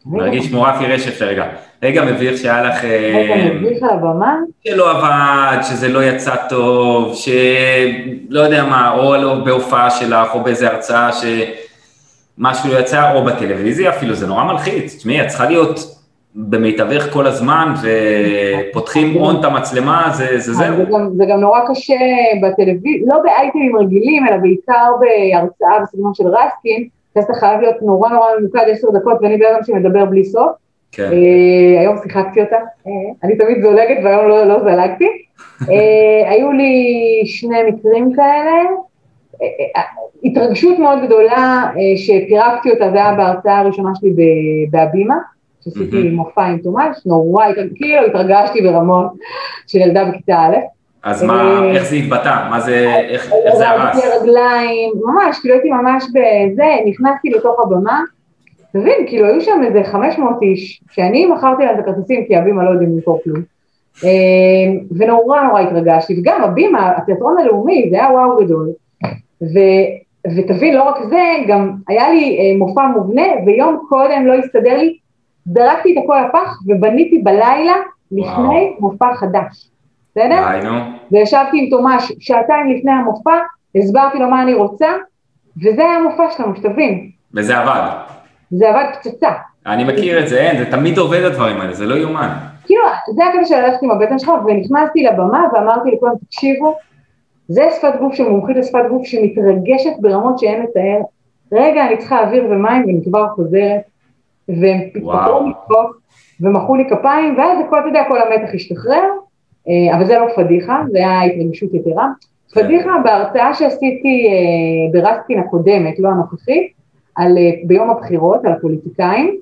מרגיש כמו רפי רשף לרגע. רגע מביך שהיה לך... רגע מביך על הבמה? שלא עבד, שזה לא יצא טוב, שלא יודע מה, או לא בהופעה שלך, או באיזה הרצאה שמשהו לא יצא, או בטלוויזיה אפילו, זה נורא מלחיץ. תשמעי, את צריכה להיות במיטבך כל הזמן, ופותחים און את המצלמה, זה זהו. זה גם נורא קשה בטלוויזיה, לא באייטמים רגילים, אלא בעיקר בהרצאה בסגנון של רסקין, אז אתה חייב להיות נורא ממוקד 10 דקות, ואני באדם שמדבר בלי סוף. היום שיחקתי אותה, אני תמיד זולגת והיום לא זלגתי. היו לי 2 מקרים כאלה, התרגשות מאוד גדולה שפירקתי אותה, זה היה בהרצאה הראשונה שלי בהבימה, שעשיתי מופע עם תומש, נורא, כאילו התרגשתי ברמות של ילדה בכיתה א'. אז מה, איך זה התבטא? מה זה, איך זה הרס? רבתי רגליים, ממש, כאילו הייתי ממש בזה, נכנסתי לתוך הבמה, תבין, כאילו היו שם איזה 500 איש, שאני מכרתי להם את הכרטיסים, כי הבימה לא יודעים למכור כלום, ונורא התרגשתי, וגם הבימה, התיאטרון הלאומי, זה היה וואו גדול, ותבין, לא רק זה, גם היה לי מופע מובנה, ויום קודם לא הסתדר לי, דרקתי את הכל הפח, ובניתי בלילה לפני מופע חדש. בסדר? וישבתי עם תומש 2 לפני המופע, הסברתי לו מה אני רוצה, וזה היה המופע שלנו, שתבין. וזה עבד. זה עבד פצצה. אני מכיר את זה, זה תמיד עובד הדברים האלה, זה לא יומן. כאילו, זה הקטע של ללכת עם הבטן שלך, ונכנסתי לבמה ואמרתי לכולם, תקשיבו, זה שפת גוף שמומחית לשפת גוף שמתרגשת ברמות שאין לתאר, רגע אני צריכה אוויר ומים ואני כבר חוזרת, והם פתחו מתקוף ומחאו לי כפיים, ואז הכל, אתה יודע, כל המתח השתחרר, אבל זה לא פדיחה, זה היה התרגשות יתרה. פדיחה בהרצאה שעשיתי ברסקין הקודמת, לא הנוכחית, ביום הבחירות, על הפוליטיקאים,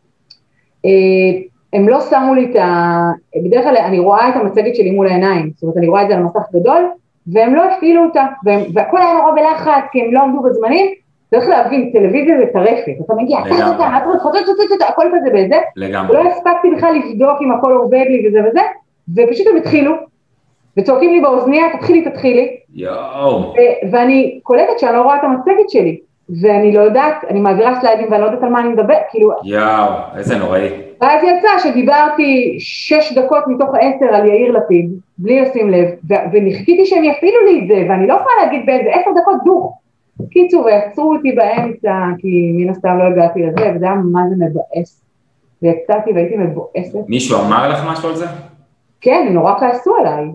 הם לא שמו לי בדרך כלל אני רואה את המצגת שלי מול העיניים, זאת אומרת אני רואה את זה על מסך גדול, והם לא הפעילו אותה, והכל היה נורא בלחץ, כי הם לא עמדו בזמנים, צריך להבין, טלוויזיה זה טרפת, אתה מגיע, הכל כזה בזה, ולא הספקתי בכלל לבדוק אם הכל עובד לי וזה וזה, ופשוט הם התחילו, וצועקים לי באוזניה, תתחילי, ואני קולטת שאני לא רואה את המצגת שלי, ואני לא יודעת, אני מעבירה סליידים ואני לא יודעת על מה אני מדבר, כאילו... איזה נוראי. ואז יצא שדיברתי 6 דקות מתוך 10 על יאיר לפיד, בלי לשים לב, ונחכיתי שהם יפעילו לי את זה, ואני לא יכולה להגיד באיזה 10 דקות דוך. קיצור, ויצרו אותי באמצע, כי מן הסתם לא הגעתי לזה, וזה היה מה זה מבאס. ויצאתי והייתי מבואסת. מישהו אמר לך משהו על זה? כן, הם נורא כעסו עליי.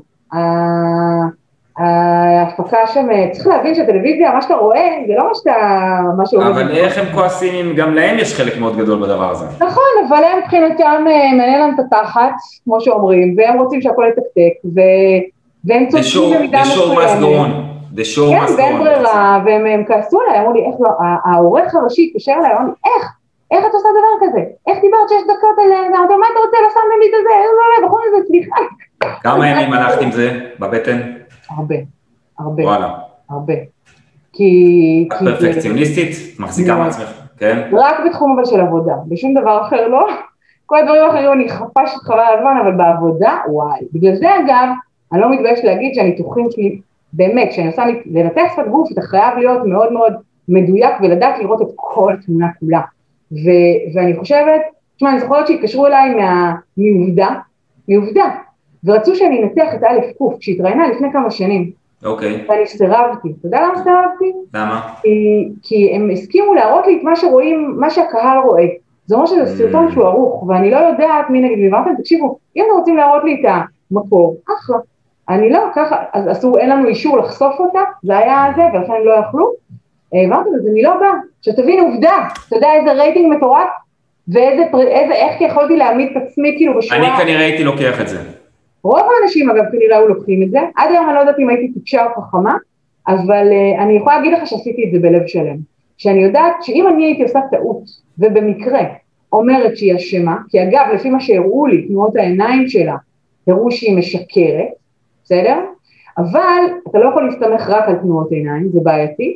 ההפקה שם, צריך להבין שהטלוויזיה, מה שאתה רואה, זה לא מה שאתה... אבל איך הם כועסים אם גם להם יש חלק מאוד גדול בדבר הזה? נכון, אבל הם מבחינתם מעניין להם את התחת, כמו שאומרים, והם רוצים שהכל יתקתק, והם צודקים במידה מסוימת. כן, ואין ברירה, והם כעסו עליי, אמרו לי, איך לא, העורך הראשי התקשר אליי, אמרו לי, איך את עושה דבר כזה? איך דיברת 6 דקות על זה? אמרתי, מה אתה רוצה? לא שמתם לי את זה, בכל זאת, סליחה. כמה ימים הלכת עם זה בבטן? הרבה. וואלה. הרבה. את פרפקציוניסטית? מחזיקה מעצמך, כן? רק בתחום אבל של עבודה, בשום דבר אחר לא. כל הדברים האחרים אני חפשת חבל הזמן, אבל בעבודה, וואי. בגלל זה אגב, אני לא מתבייש להגיד שהניתוחים שלי, באמת, כשאני עושה לנתח שפת גוף, אתה חייב להיות מאוד מאוד מדויק, ולדעת לראות את כל התמונה כולה. ואני חושבת, תשמע, אני זוכרת שהתקשרו אליי מעובדה, ורצו שאני אנתח את א' קוף, כשהתראיינה לפני כמה שנים. אוקיי. ואני סירבתי. אתה יודע למה סירבתי? למה? כי הם הסכימו להראות לי את מה שרואים, מה שהקהל רואה. זה אומר שזה סרטון שהוא ערוך, ואני לא יודעת מי נגיד, ואמרתם, תקשיבו, אם אתם רוצים להראות לי את המקור, אחלה. אני לא, ככה, אז אסור, אין לנו אישור לחשוף אותה, זה היה זה, ולכן הם לא יכלו. אמרתם, אז אני לא באה, שתבין עובדה, אתה יודע איזה רייטינג מטורף, ואיך יכולתי להעמיד את עצמי כאילו בשורה. אני כנראה הייתי לוקח את זה. רוב האנשים אגב כנראה היו לוקחים את זה, עד היום אני לא יודעת אם הייתי טיפשה או חכמה, אבל אני יכולה להגיד לך שעשיתי את זה בלב שלם, שאני יודעת שאם אני הייתי עושה טעות, ובמקרה אומרת שהיא אשמה, כי אגב לפי מה שהראו לי, תנועות העיניים שלה, הראו שהיא משקרת, בסדר? אבל אתה לא יכול להסתמך רק על תנועות עיניים, זה בעייתי,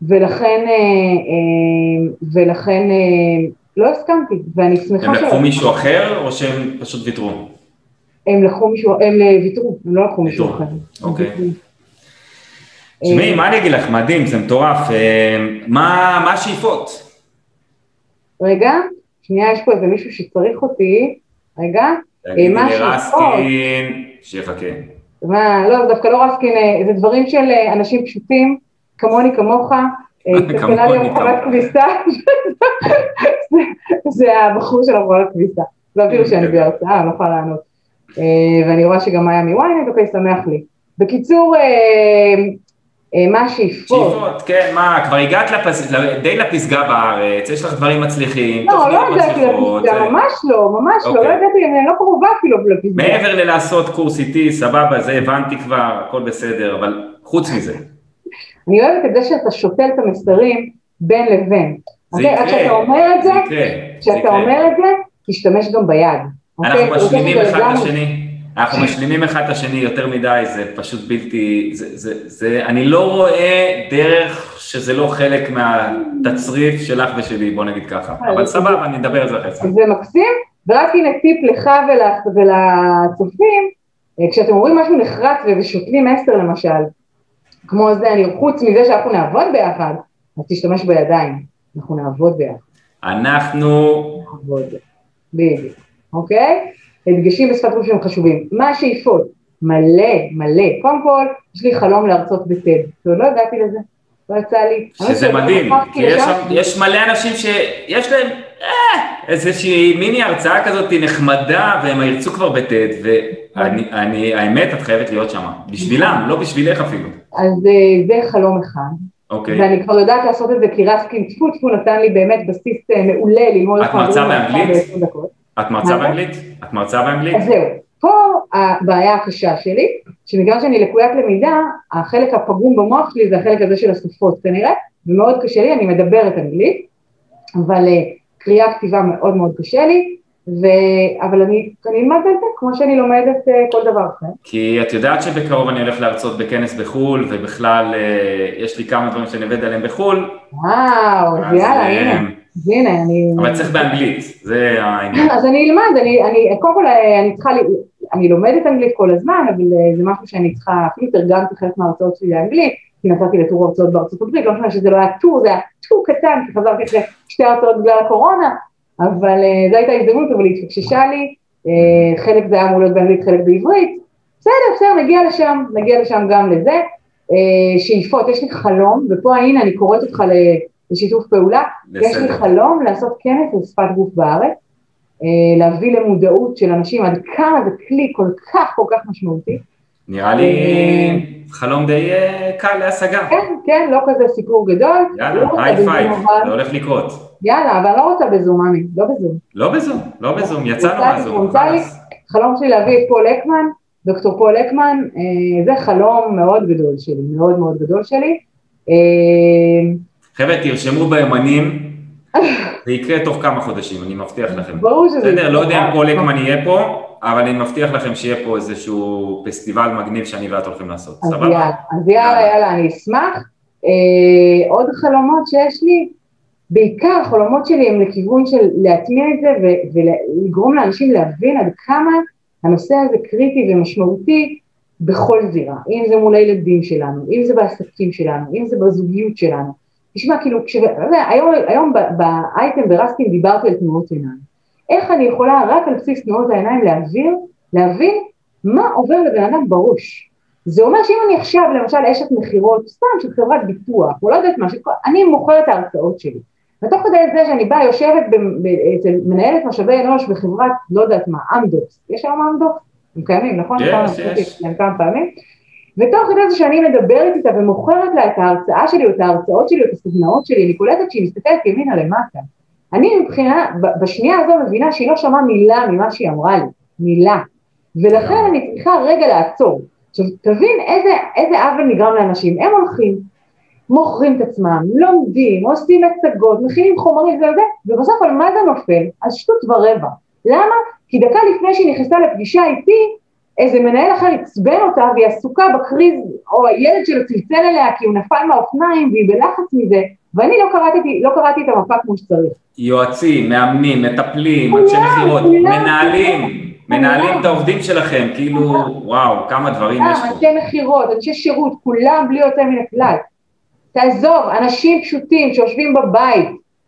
ולכן לא הסכמתי, ואני שמחה... הם לקחו מישהו אחר, או שהם פשוט ויתרו? הם ויתרו, הם לא לקחו מישהו אחר. אוקיי. תשמעי, מה אני אגיד לך? מדהים, זה מטורף. מה השאיפות? רגע, שנייה, יש פה איזה מישהו שצריך אותי, רגע. תגידי לרסקין, שיחכה. לא, דווקא לא רסקין, זה דברים של אנשים פשוטים, כמוני, כמוך, תקנה לי המכונת כביסה, זה הבחור של המכונת כביסה, לא אפילו שאני בהרצאה, אני לא יכולה לענות, ואני רואה שגם מאיה מוויינט, אוקיי, שמח לי. בקיצור, מה השאיפות? שאיפות, כן, מה, כבר הגעת די לפסגה בארץ, יש לך דברים מצליחים, לא הגעתי לפסגה, ממש לא, לא הגעתי, אני לא קרובה אפילו לפסגה. מעבר ללעשות קורס איתי, סבבה, זה הבנתי כבר, הכל בסדר, אבל חוץ מזה. אני אוהבת את זה שאתה שותל את המסרים בין לבין. זה יקרה, כשאתה אומר את זה, תשתמש גם ביד. אנחנו משלימים אחד לשני. אנחנו משלימים אחד את השני יותר מדי, זה פשוט בלתי, אני לא רואה דרך שזה לא חלק מהתצריף שלך ושלי, בוא נגיד ככה, אבל סבבה, אני אדבר על זה אחרי זה. זה מקסים, ורק הנה טיפ לך ולצופים, כשאתם אומרים משהו נחרץ ושותלים 10 למשל, כמו זה, חוץ מזה שאנחנו נעבוד ביחד, אז תשתמש בידיים, אנחנו נעבוד ביחד. נעבוד. בדיוק, אוקיי? הדגשים בשפת גוף שהם חשובים. מה השאיפות? מלא. קודם כל, יש לי חלום להרצות בטד. לא הגעתי לזה, לא יצא לי. שזה מדהים, כי יש מלא אנשים שיש להם איזושהי מיני הרצאה כזאת נחמדה, והם ירצו כבר בטד, והאמת, את חייבת להיות שם. בשבילם, לא בשבילך אפילו. אז זה חלום אחד. אוקיי. ואני כבר יודעת לעשות את זה, כי רסקין טפו נתן לי באמת בסיס מעולה ללמוד. את מרצה באנגלית? את מרצה באנגלית? אז זהו, פה הבעיה הקשה שלי, שבגלל שאני לקוית למידה, החלק הפגום במוח שלי זה החלק הזה של השפות כנראה, ומאוד קשה לי, אני מדברת אנגלית, אבל קריאה כתיבה מאוד מאוד קשה לי, אבל אני אלמד את זה כמו שאני לומדת כל דבר אחר. כי את יודעת שבקרוב אני הולך להרצות בכנס בחול, ובכלל יש לי כמה דברים שאני עובד עליהם בחול. וואו, אז יאללה, הנה, אבל צריך באנגלית, זה העניין. אז אני אלמד, קודם כל אני לומדת אנגלית כל הזמן, אבל זה משהו שאני צריכה, אפילו תרגמתי חלק מההרצאות שלי לאנגלית, כי נתתי לטור הרצאות בארצות הברית, לא חושב שזה לא היה טור, זה היה טור קטן, כי חזרתי אחרי 2 הרצאות בגלל הקורונה, אבל זו הייתה הזדמנות, אבל היא התפקששה לי, חלק זה היה אמור להיות באנגלית, חלק בעברית, בסדר, נגיע לשם גם לזה, שאיפות, יש לי חלום, ופה הנה אני קוראת אותך לשיתוף פעולה, יש לי חלום לעשות כנס על שפת גוף בארץ, להביא למודעות של אנשים עד כמה זה כלי כל כך משמעותי. נראה לי חלום די קל להשגה. כן, לא כזה סיפור גדול. יאללה, היי פייב, זה הולך לקרות. יאללה, אבל לא רוצה בזום, מאמי, לא בזום. לא בזום, יצאנו מהזום. חלום שלי להביא את פול אקמן, דוקטור פול אקמן, זה חלום מאוד גדול שלי. חבר'ה, תרשמו ביומנים, זה יקרה תוך כמה חודשים, אני מבטיח לכם. ברור שזה יקרה. לא יודע אם פול אקמן יהיה פה, אבל אני מבטיח לכם שיהיה פה איזשהו פסטיבל מגניב שאני ואת הולכים לעשות. סבבה? אז יאללה, אני אשמח. עוד חלומות שיש לי, בעיקר החלומות שלי הם לכיוון של להטמיע את זה ולגרום לאנשים להבין עד כמה הנושא הזה קריטי ומשמעותי בכל זירה, אם זה מול הילדים שלנו, אם זה בעסקים שלנו, אם זה בזוגיות שלנו. תשמע, כאילו, היום באייטם ברסקין דיברתי על תנועות עיניים. איך אני יכולה רק על בסיס תנועות העיניים להבין מה עובר לבן אדם בראש. זה אומר שאם אני עכשיו, למשל, אשת מחירות, סתם של חברת ביטוח, או לא יודעת מה, אני מוכרת את ההרצאות שלי. ותוך כדי זה שאני באה, יושבת אצל מנהלת משאבי אנוש בחברת, לא יודעת מה, אמדוקס. יש שם אמדוקס? הם קיימים, נכון? יש. כמה פעמים. ותוך כדי זה שאני מדברת איתה ומוכרת לה את ההרצאה שלי, או את ההרצאות שלי, או את הסדנאות שלי, אני קולטת שהיא מסתכלת ימינה למטה. אני מבחינה, בשנייה הזו מבינה שהיא לא שמעה מילה ממה שהיא אמרה לי, מילה. ולכן אני צריכה רגע לעצור. עכשיו, תבין איזה עוול נגרם לאנשים. הם הולכים, מוכרים את עצמם, לומדים, עושים הצגות, מכינים חומרים וזה, ובסוף על מה זה נופל? אז שטות ורבע. למה? כי דקה לפני שהיא נכנסה לפגישה איתי, איזה מנהל אחר יצבן אותה, והיא עסוקה בקריז, או הילד שלו צלצל אליה, כי הוא נפל מהאופניים, והיא בלחץ מזה, ואני לא קראתי את המפה כמו שצריך. יועצים, מאמנים, מטפלים, אנשי מכירות, מנהלים את העובדים שלכם, כאילו, וואו, כמה דברים יש פה. אנשי מכירות, אנשי שירות, כולם בלי יוצא מן הכלל. תעזוב, אנשים פשוטים שיושבים בבית,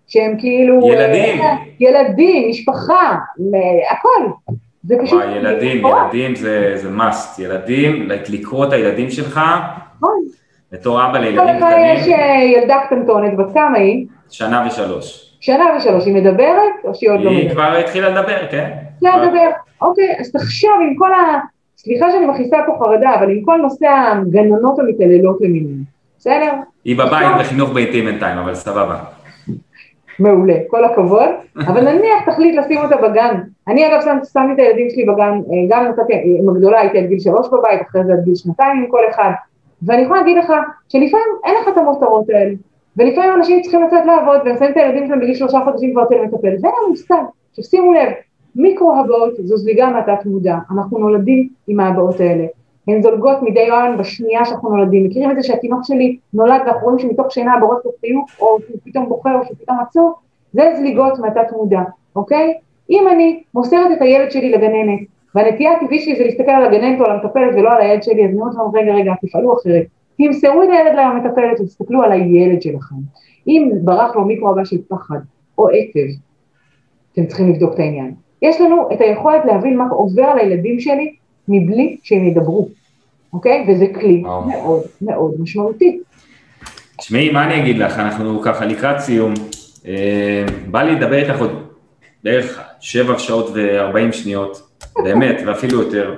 שהם כאילו... ילדים, משפחה, הכל. זה פשוט... וואי, ילדים זה must, ילדים, לקרוא את הילדים שלך, בתור אבא לילדים קטנים. יש ילדה קטנטונת, בת כמה היא? 1.3 שנה. שנה ו3, היא מדברת או שהיא עוד לא מדברת? היא כבר התחילה לדבר, כן. לדבר, אוקיי, אז תחשוב עם כל סליחה שאני מכניסה פה חרדה, אבל עם כל נושא הגננות המתעללות למיניהם, בסדר? היא בבית בחינוך ביתי בינתיים, אבל סבבה. מעולה, כל הכבוד, אבל נניח תחליט לשים אותה בגן. אני אגב שמתי את הילדים שלי בגן, גם נתתי, עם הגדולה הייתי עד גיל 3 בבית, אחרי זה עד גיל 2 עם כל אחד, ואני יכולה להגיד לך שלפעמים אין לך את המותרות האלה, ולפעמים אנשים צריכים לצאת לעבוד, והם שמים את הילדים שלהם בגיל 3 חודשים כבר אצל מטפל, זה המושג, ששימו לב, מיקרו-הבאות זו זליגה מהתת מודע, אנחנו נולדים עם ההבאות האלה, הן זולגות מדי יום בשנייה שאנחנו נולדים, מכירים את זה שהתינוק שלי נולד ואנחנו רואים שמתוך שינה בורח לו חיוך, או שהוא פתאום בוחר או שהוא פתאום עצור, זה זליגות מהתת מודע, אוקיי? אם אני מוסרת את הילד שלי לגננת, והנטייה הטבעית שלי זה להסתכל על הגננת או על המטפלת ולא על הילד שלי, אז אני אומרת להם, רגע, תפעלו אחרת, תמסרו את הילד למטפלת ותסתכלו על הילד שלכם. אם ברח לו מיקרו-הבא של פחד או עצב, אתם צריכים לבדוק את העניין. יש לנו את היכולת להבין מה עובר על הילדים שלי מבלי שהם ידברו, אוקיי? וזה כלי מאוד מאוד משמעותי. תשמעי, מה אני אגיד לך? אנחנו ככה לקראת סיום, בא לי לדבר איתך עוד בערך 7 שעות ו40 שניות, באמת, ואפילו יותר.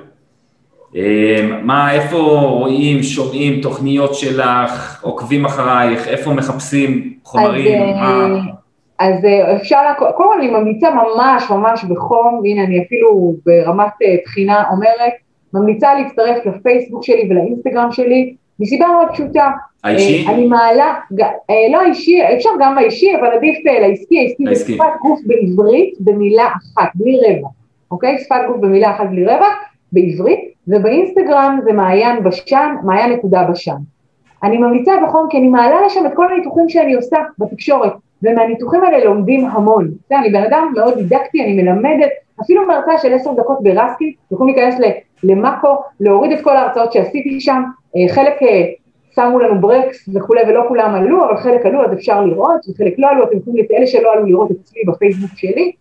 איפה רואים, שומעים תוכניות שלך, עוקבים אחרייך, איפה מחפשים חומרים? אז אפשר, קודם כל אני ממליצה ממש בחום, והנה אני אפילו ברמת בחינה אומרת, ממליצה להצטרף לפייסבוק שלי ולאינסטגרם שלי, מסיבה מאוד פשוטה. האישי? אני מעלה, לא האישי, אפשר גם האישי, אבל עדיף לעסקי, בשפת גוף בעברית במילה אחת, בלי רווח, אוקיי? שפת גוף במילה אחת בלי רווח, בעברית, ובאינסטגרם זה מעיין בשן, מעיין.בשן. אני ממליצה בחום כי אני מעלה לשם את כל הניתוחים שאני עושה בתקשורת, ומהניתוחים האלה לומדים המון. אני בן אדם מאוד דידקטי, אני מלמדת, אפילו מהרצאה של 10 דקות ברסקי, יכולים להיכנס למאקו, להוריד את כל ההרצאות שעשיתי שם, חלק שמו לנו ברקס וכו' ולא כולם עלו, אבל חלק עלו, אז אפשר לראות, וחלק לא עלו, אתם יכולים את אלה שלא עלו לראות אצלי בפייסבוק שלי,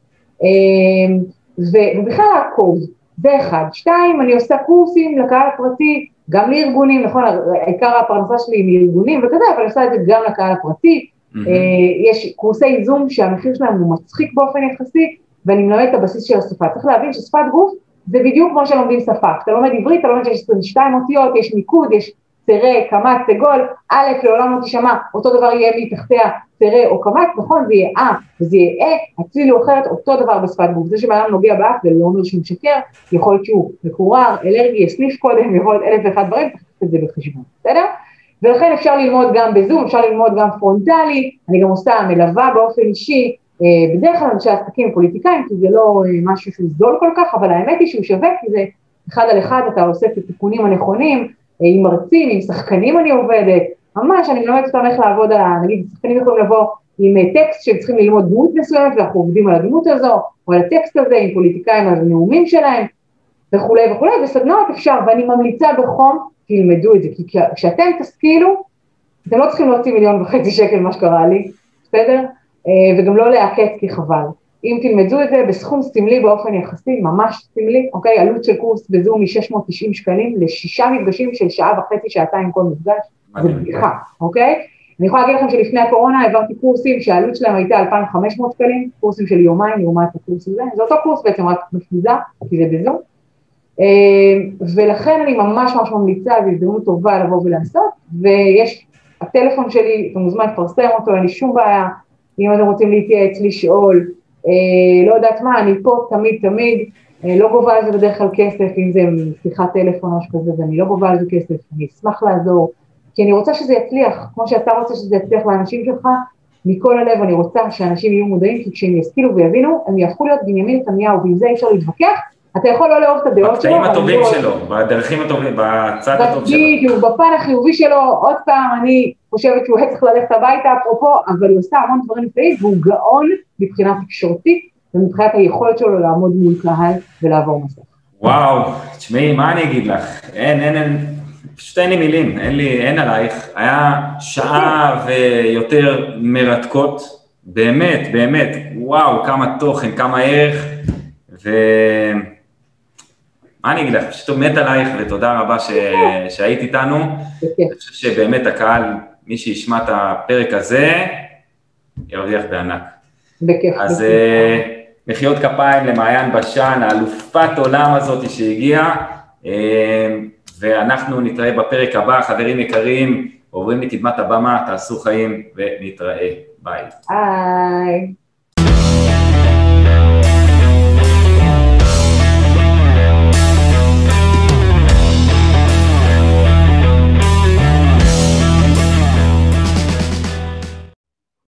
ובכלל לעקוב, זה 1. 2, אני עושה קורסים לקהל הפרטי, גם לארגונים, נכון, העיקר הפרנסה שלי היא מארגונים וכזה, אבל אני עושה את זה גם לקהל הפרטי, יש קורסי זום שהמחיר שלהם הוא מצחיק באופן יחסי, ואני מלמד את הבסיס של השפה. צריך להבין ששפת גוף זה בדיוק כמו שלומדים שפה. אתה לומד עברית, אתה לומד שיש 22 אותיות, יש מיקוד, יש צרה, קמץ, סגול, א' לעולם לא תשמע, אותו דבר יהיה מתחתיה צרה או קמץ, נכון, זה יהיה וזה יהיה הצליל הוא אחרת, אותו דבר בשפת גוף. זה שבאדם נוגע באף ולא אומר שהוא משקר, יכול להיות שהוא מקורר, אלרגי, יסניף קודם, יכול להיות 1001 דברים, תחת את זה בחשבון, בסדר? ולכן אפשר ללמוד גם בזום, אפשר ללמוד גם פרונטלי, אני גם עושה מלווה באופן אישי, בדרך כלל אנשי עסקים פוליטיקאים, כי זה לא משהו שהוא זול כל כך, אבל האמת היא שהוא שווה, כי זה 1 על 1, אתה עושה את התיקונים הנכונים, עם מרצים, עם שחקנים אני עובדת, ממש אני מלמדת אותם איך לעבוד, נגיד, שחקנים יכולים לבוא עם טקסט שהם צריכים ללמוד דמות מסוימת, ואנחנו עובדים על הדמות הזו, או על הטקסט הזה, עם פוליטיקאים על הנאומים שלהם, וכו', וסדנאות אפשר, ואני ממליצה בחום, תלמדו את זה, כי כשאתם תשכילו, אתם לא צריכים להוציא 1.5 מיליון שקל, מה שקרה לי, בסדר? וגם לא להעקץ כי חבל. אם תלמדו את זה בסכום סמלי באופן יחסי, ממש סמלי, אוקיי? עלות של קורס בזום מ-690 שקלים ל6 מפגשים של 1.5 שעתיים כל מפגש, זה בדיחה, אוקיי? אני יכולה להגיד לכם שלפני הקורונה העברתי קורסים שהעלות שלהם הייתה 2,500 שקלים, קורסים של יומיים, לעומת הקורס הזה, זה אותו קורס בעצם רק מפוזר, כי זה בזום, ולכן אני ממש ממליצה, זו הזדמנות טובה לבוא ולעשות, ויש הטלפון שלי, אתה מוזמן לפרסם אותו, אין לי שום בעיה, אם אתם רוצים להתייעץ, לשאול, לא יודעת מה, אני פה תמיד, לא גובה על זה בדרך כלל כסף, אם זה שיחת טלפון או שכזה, ואני לא גובה על זה כסף, אני אשמח לעזור, כי אני רוצה שזה יצליח, כמו שאתה רוצה שזה יצליח לאנשים שלך, מכל הלב אני רוצה שאנשים יהיו מודעים, כי כשהם ישכילו ויבינו, הם יהפכו להיות בנימין נתניהו, ועם זה אי אפשר להתווכח, אתה יכול לא לאהוב את הדעות שלו. בקטעים הטובים שלו, בדרכים הטובים, בצד הטוב שלו. בדיוק, בפן החיובי שלו, עוד פעם, אני חושבת שהוא צריך ללכת הביתה, אפרופו, אבל הוא עושה המון דברים נפלאים, והוא גאון מבחינה תקשורתית, ומבחינת היכולת שלו לעמוד מול קהל ולעבור מסך. וואו, תשמעי, מה אני אגיד לך? פשוט אין לי מילים, אין עלייך. היה שעה ויותר מרתקות, באמת, באמת, וואו, כמה תוכן, כמה ערך, מה אני אגיד לך, פשוט מת עלייך, ותודה רבה שהיית איתנו. אני חושב שבאמת הקהל, מי שישמע את הפרק הזה, ירוויח בענק. בכיף. אז מחיאות כפיים למעיין בשן, האלופת עולם הזאת שהגיעה, ואנחנו נתראה בפרק הבא, חברים יקרים, עוברים לקדמת הבמה, תעשו חיים ונתראה. ביי. ביי.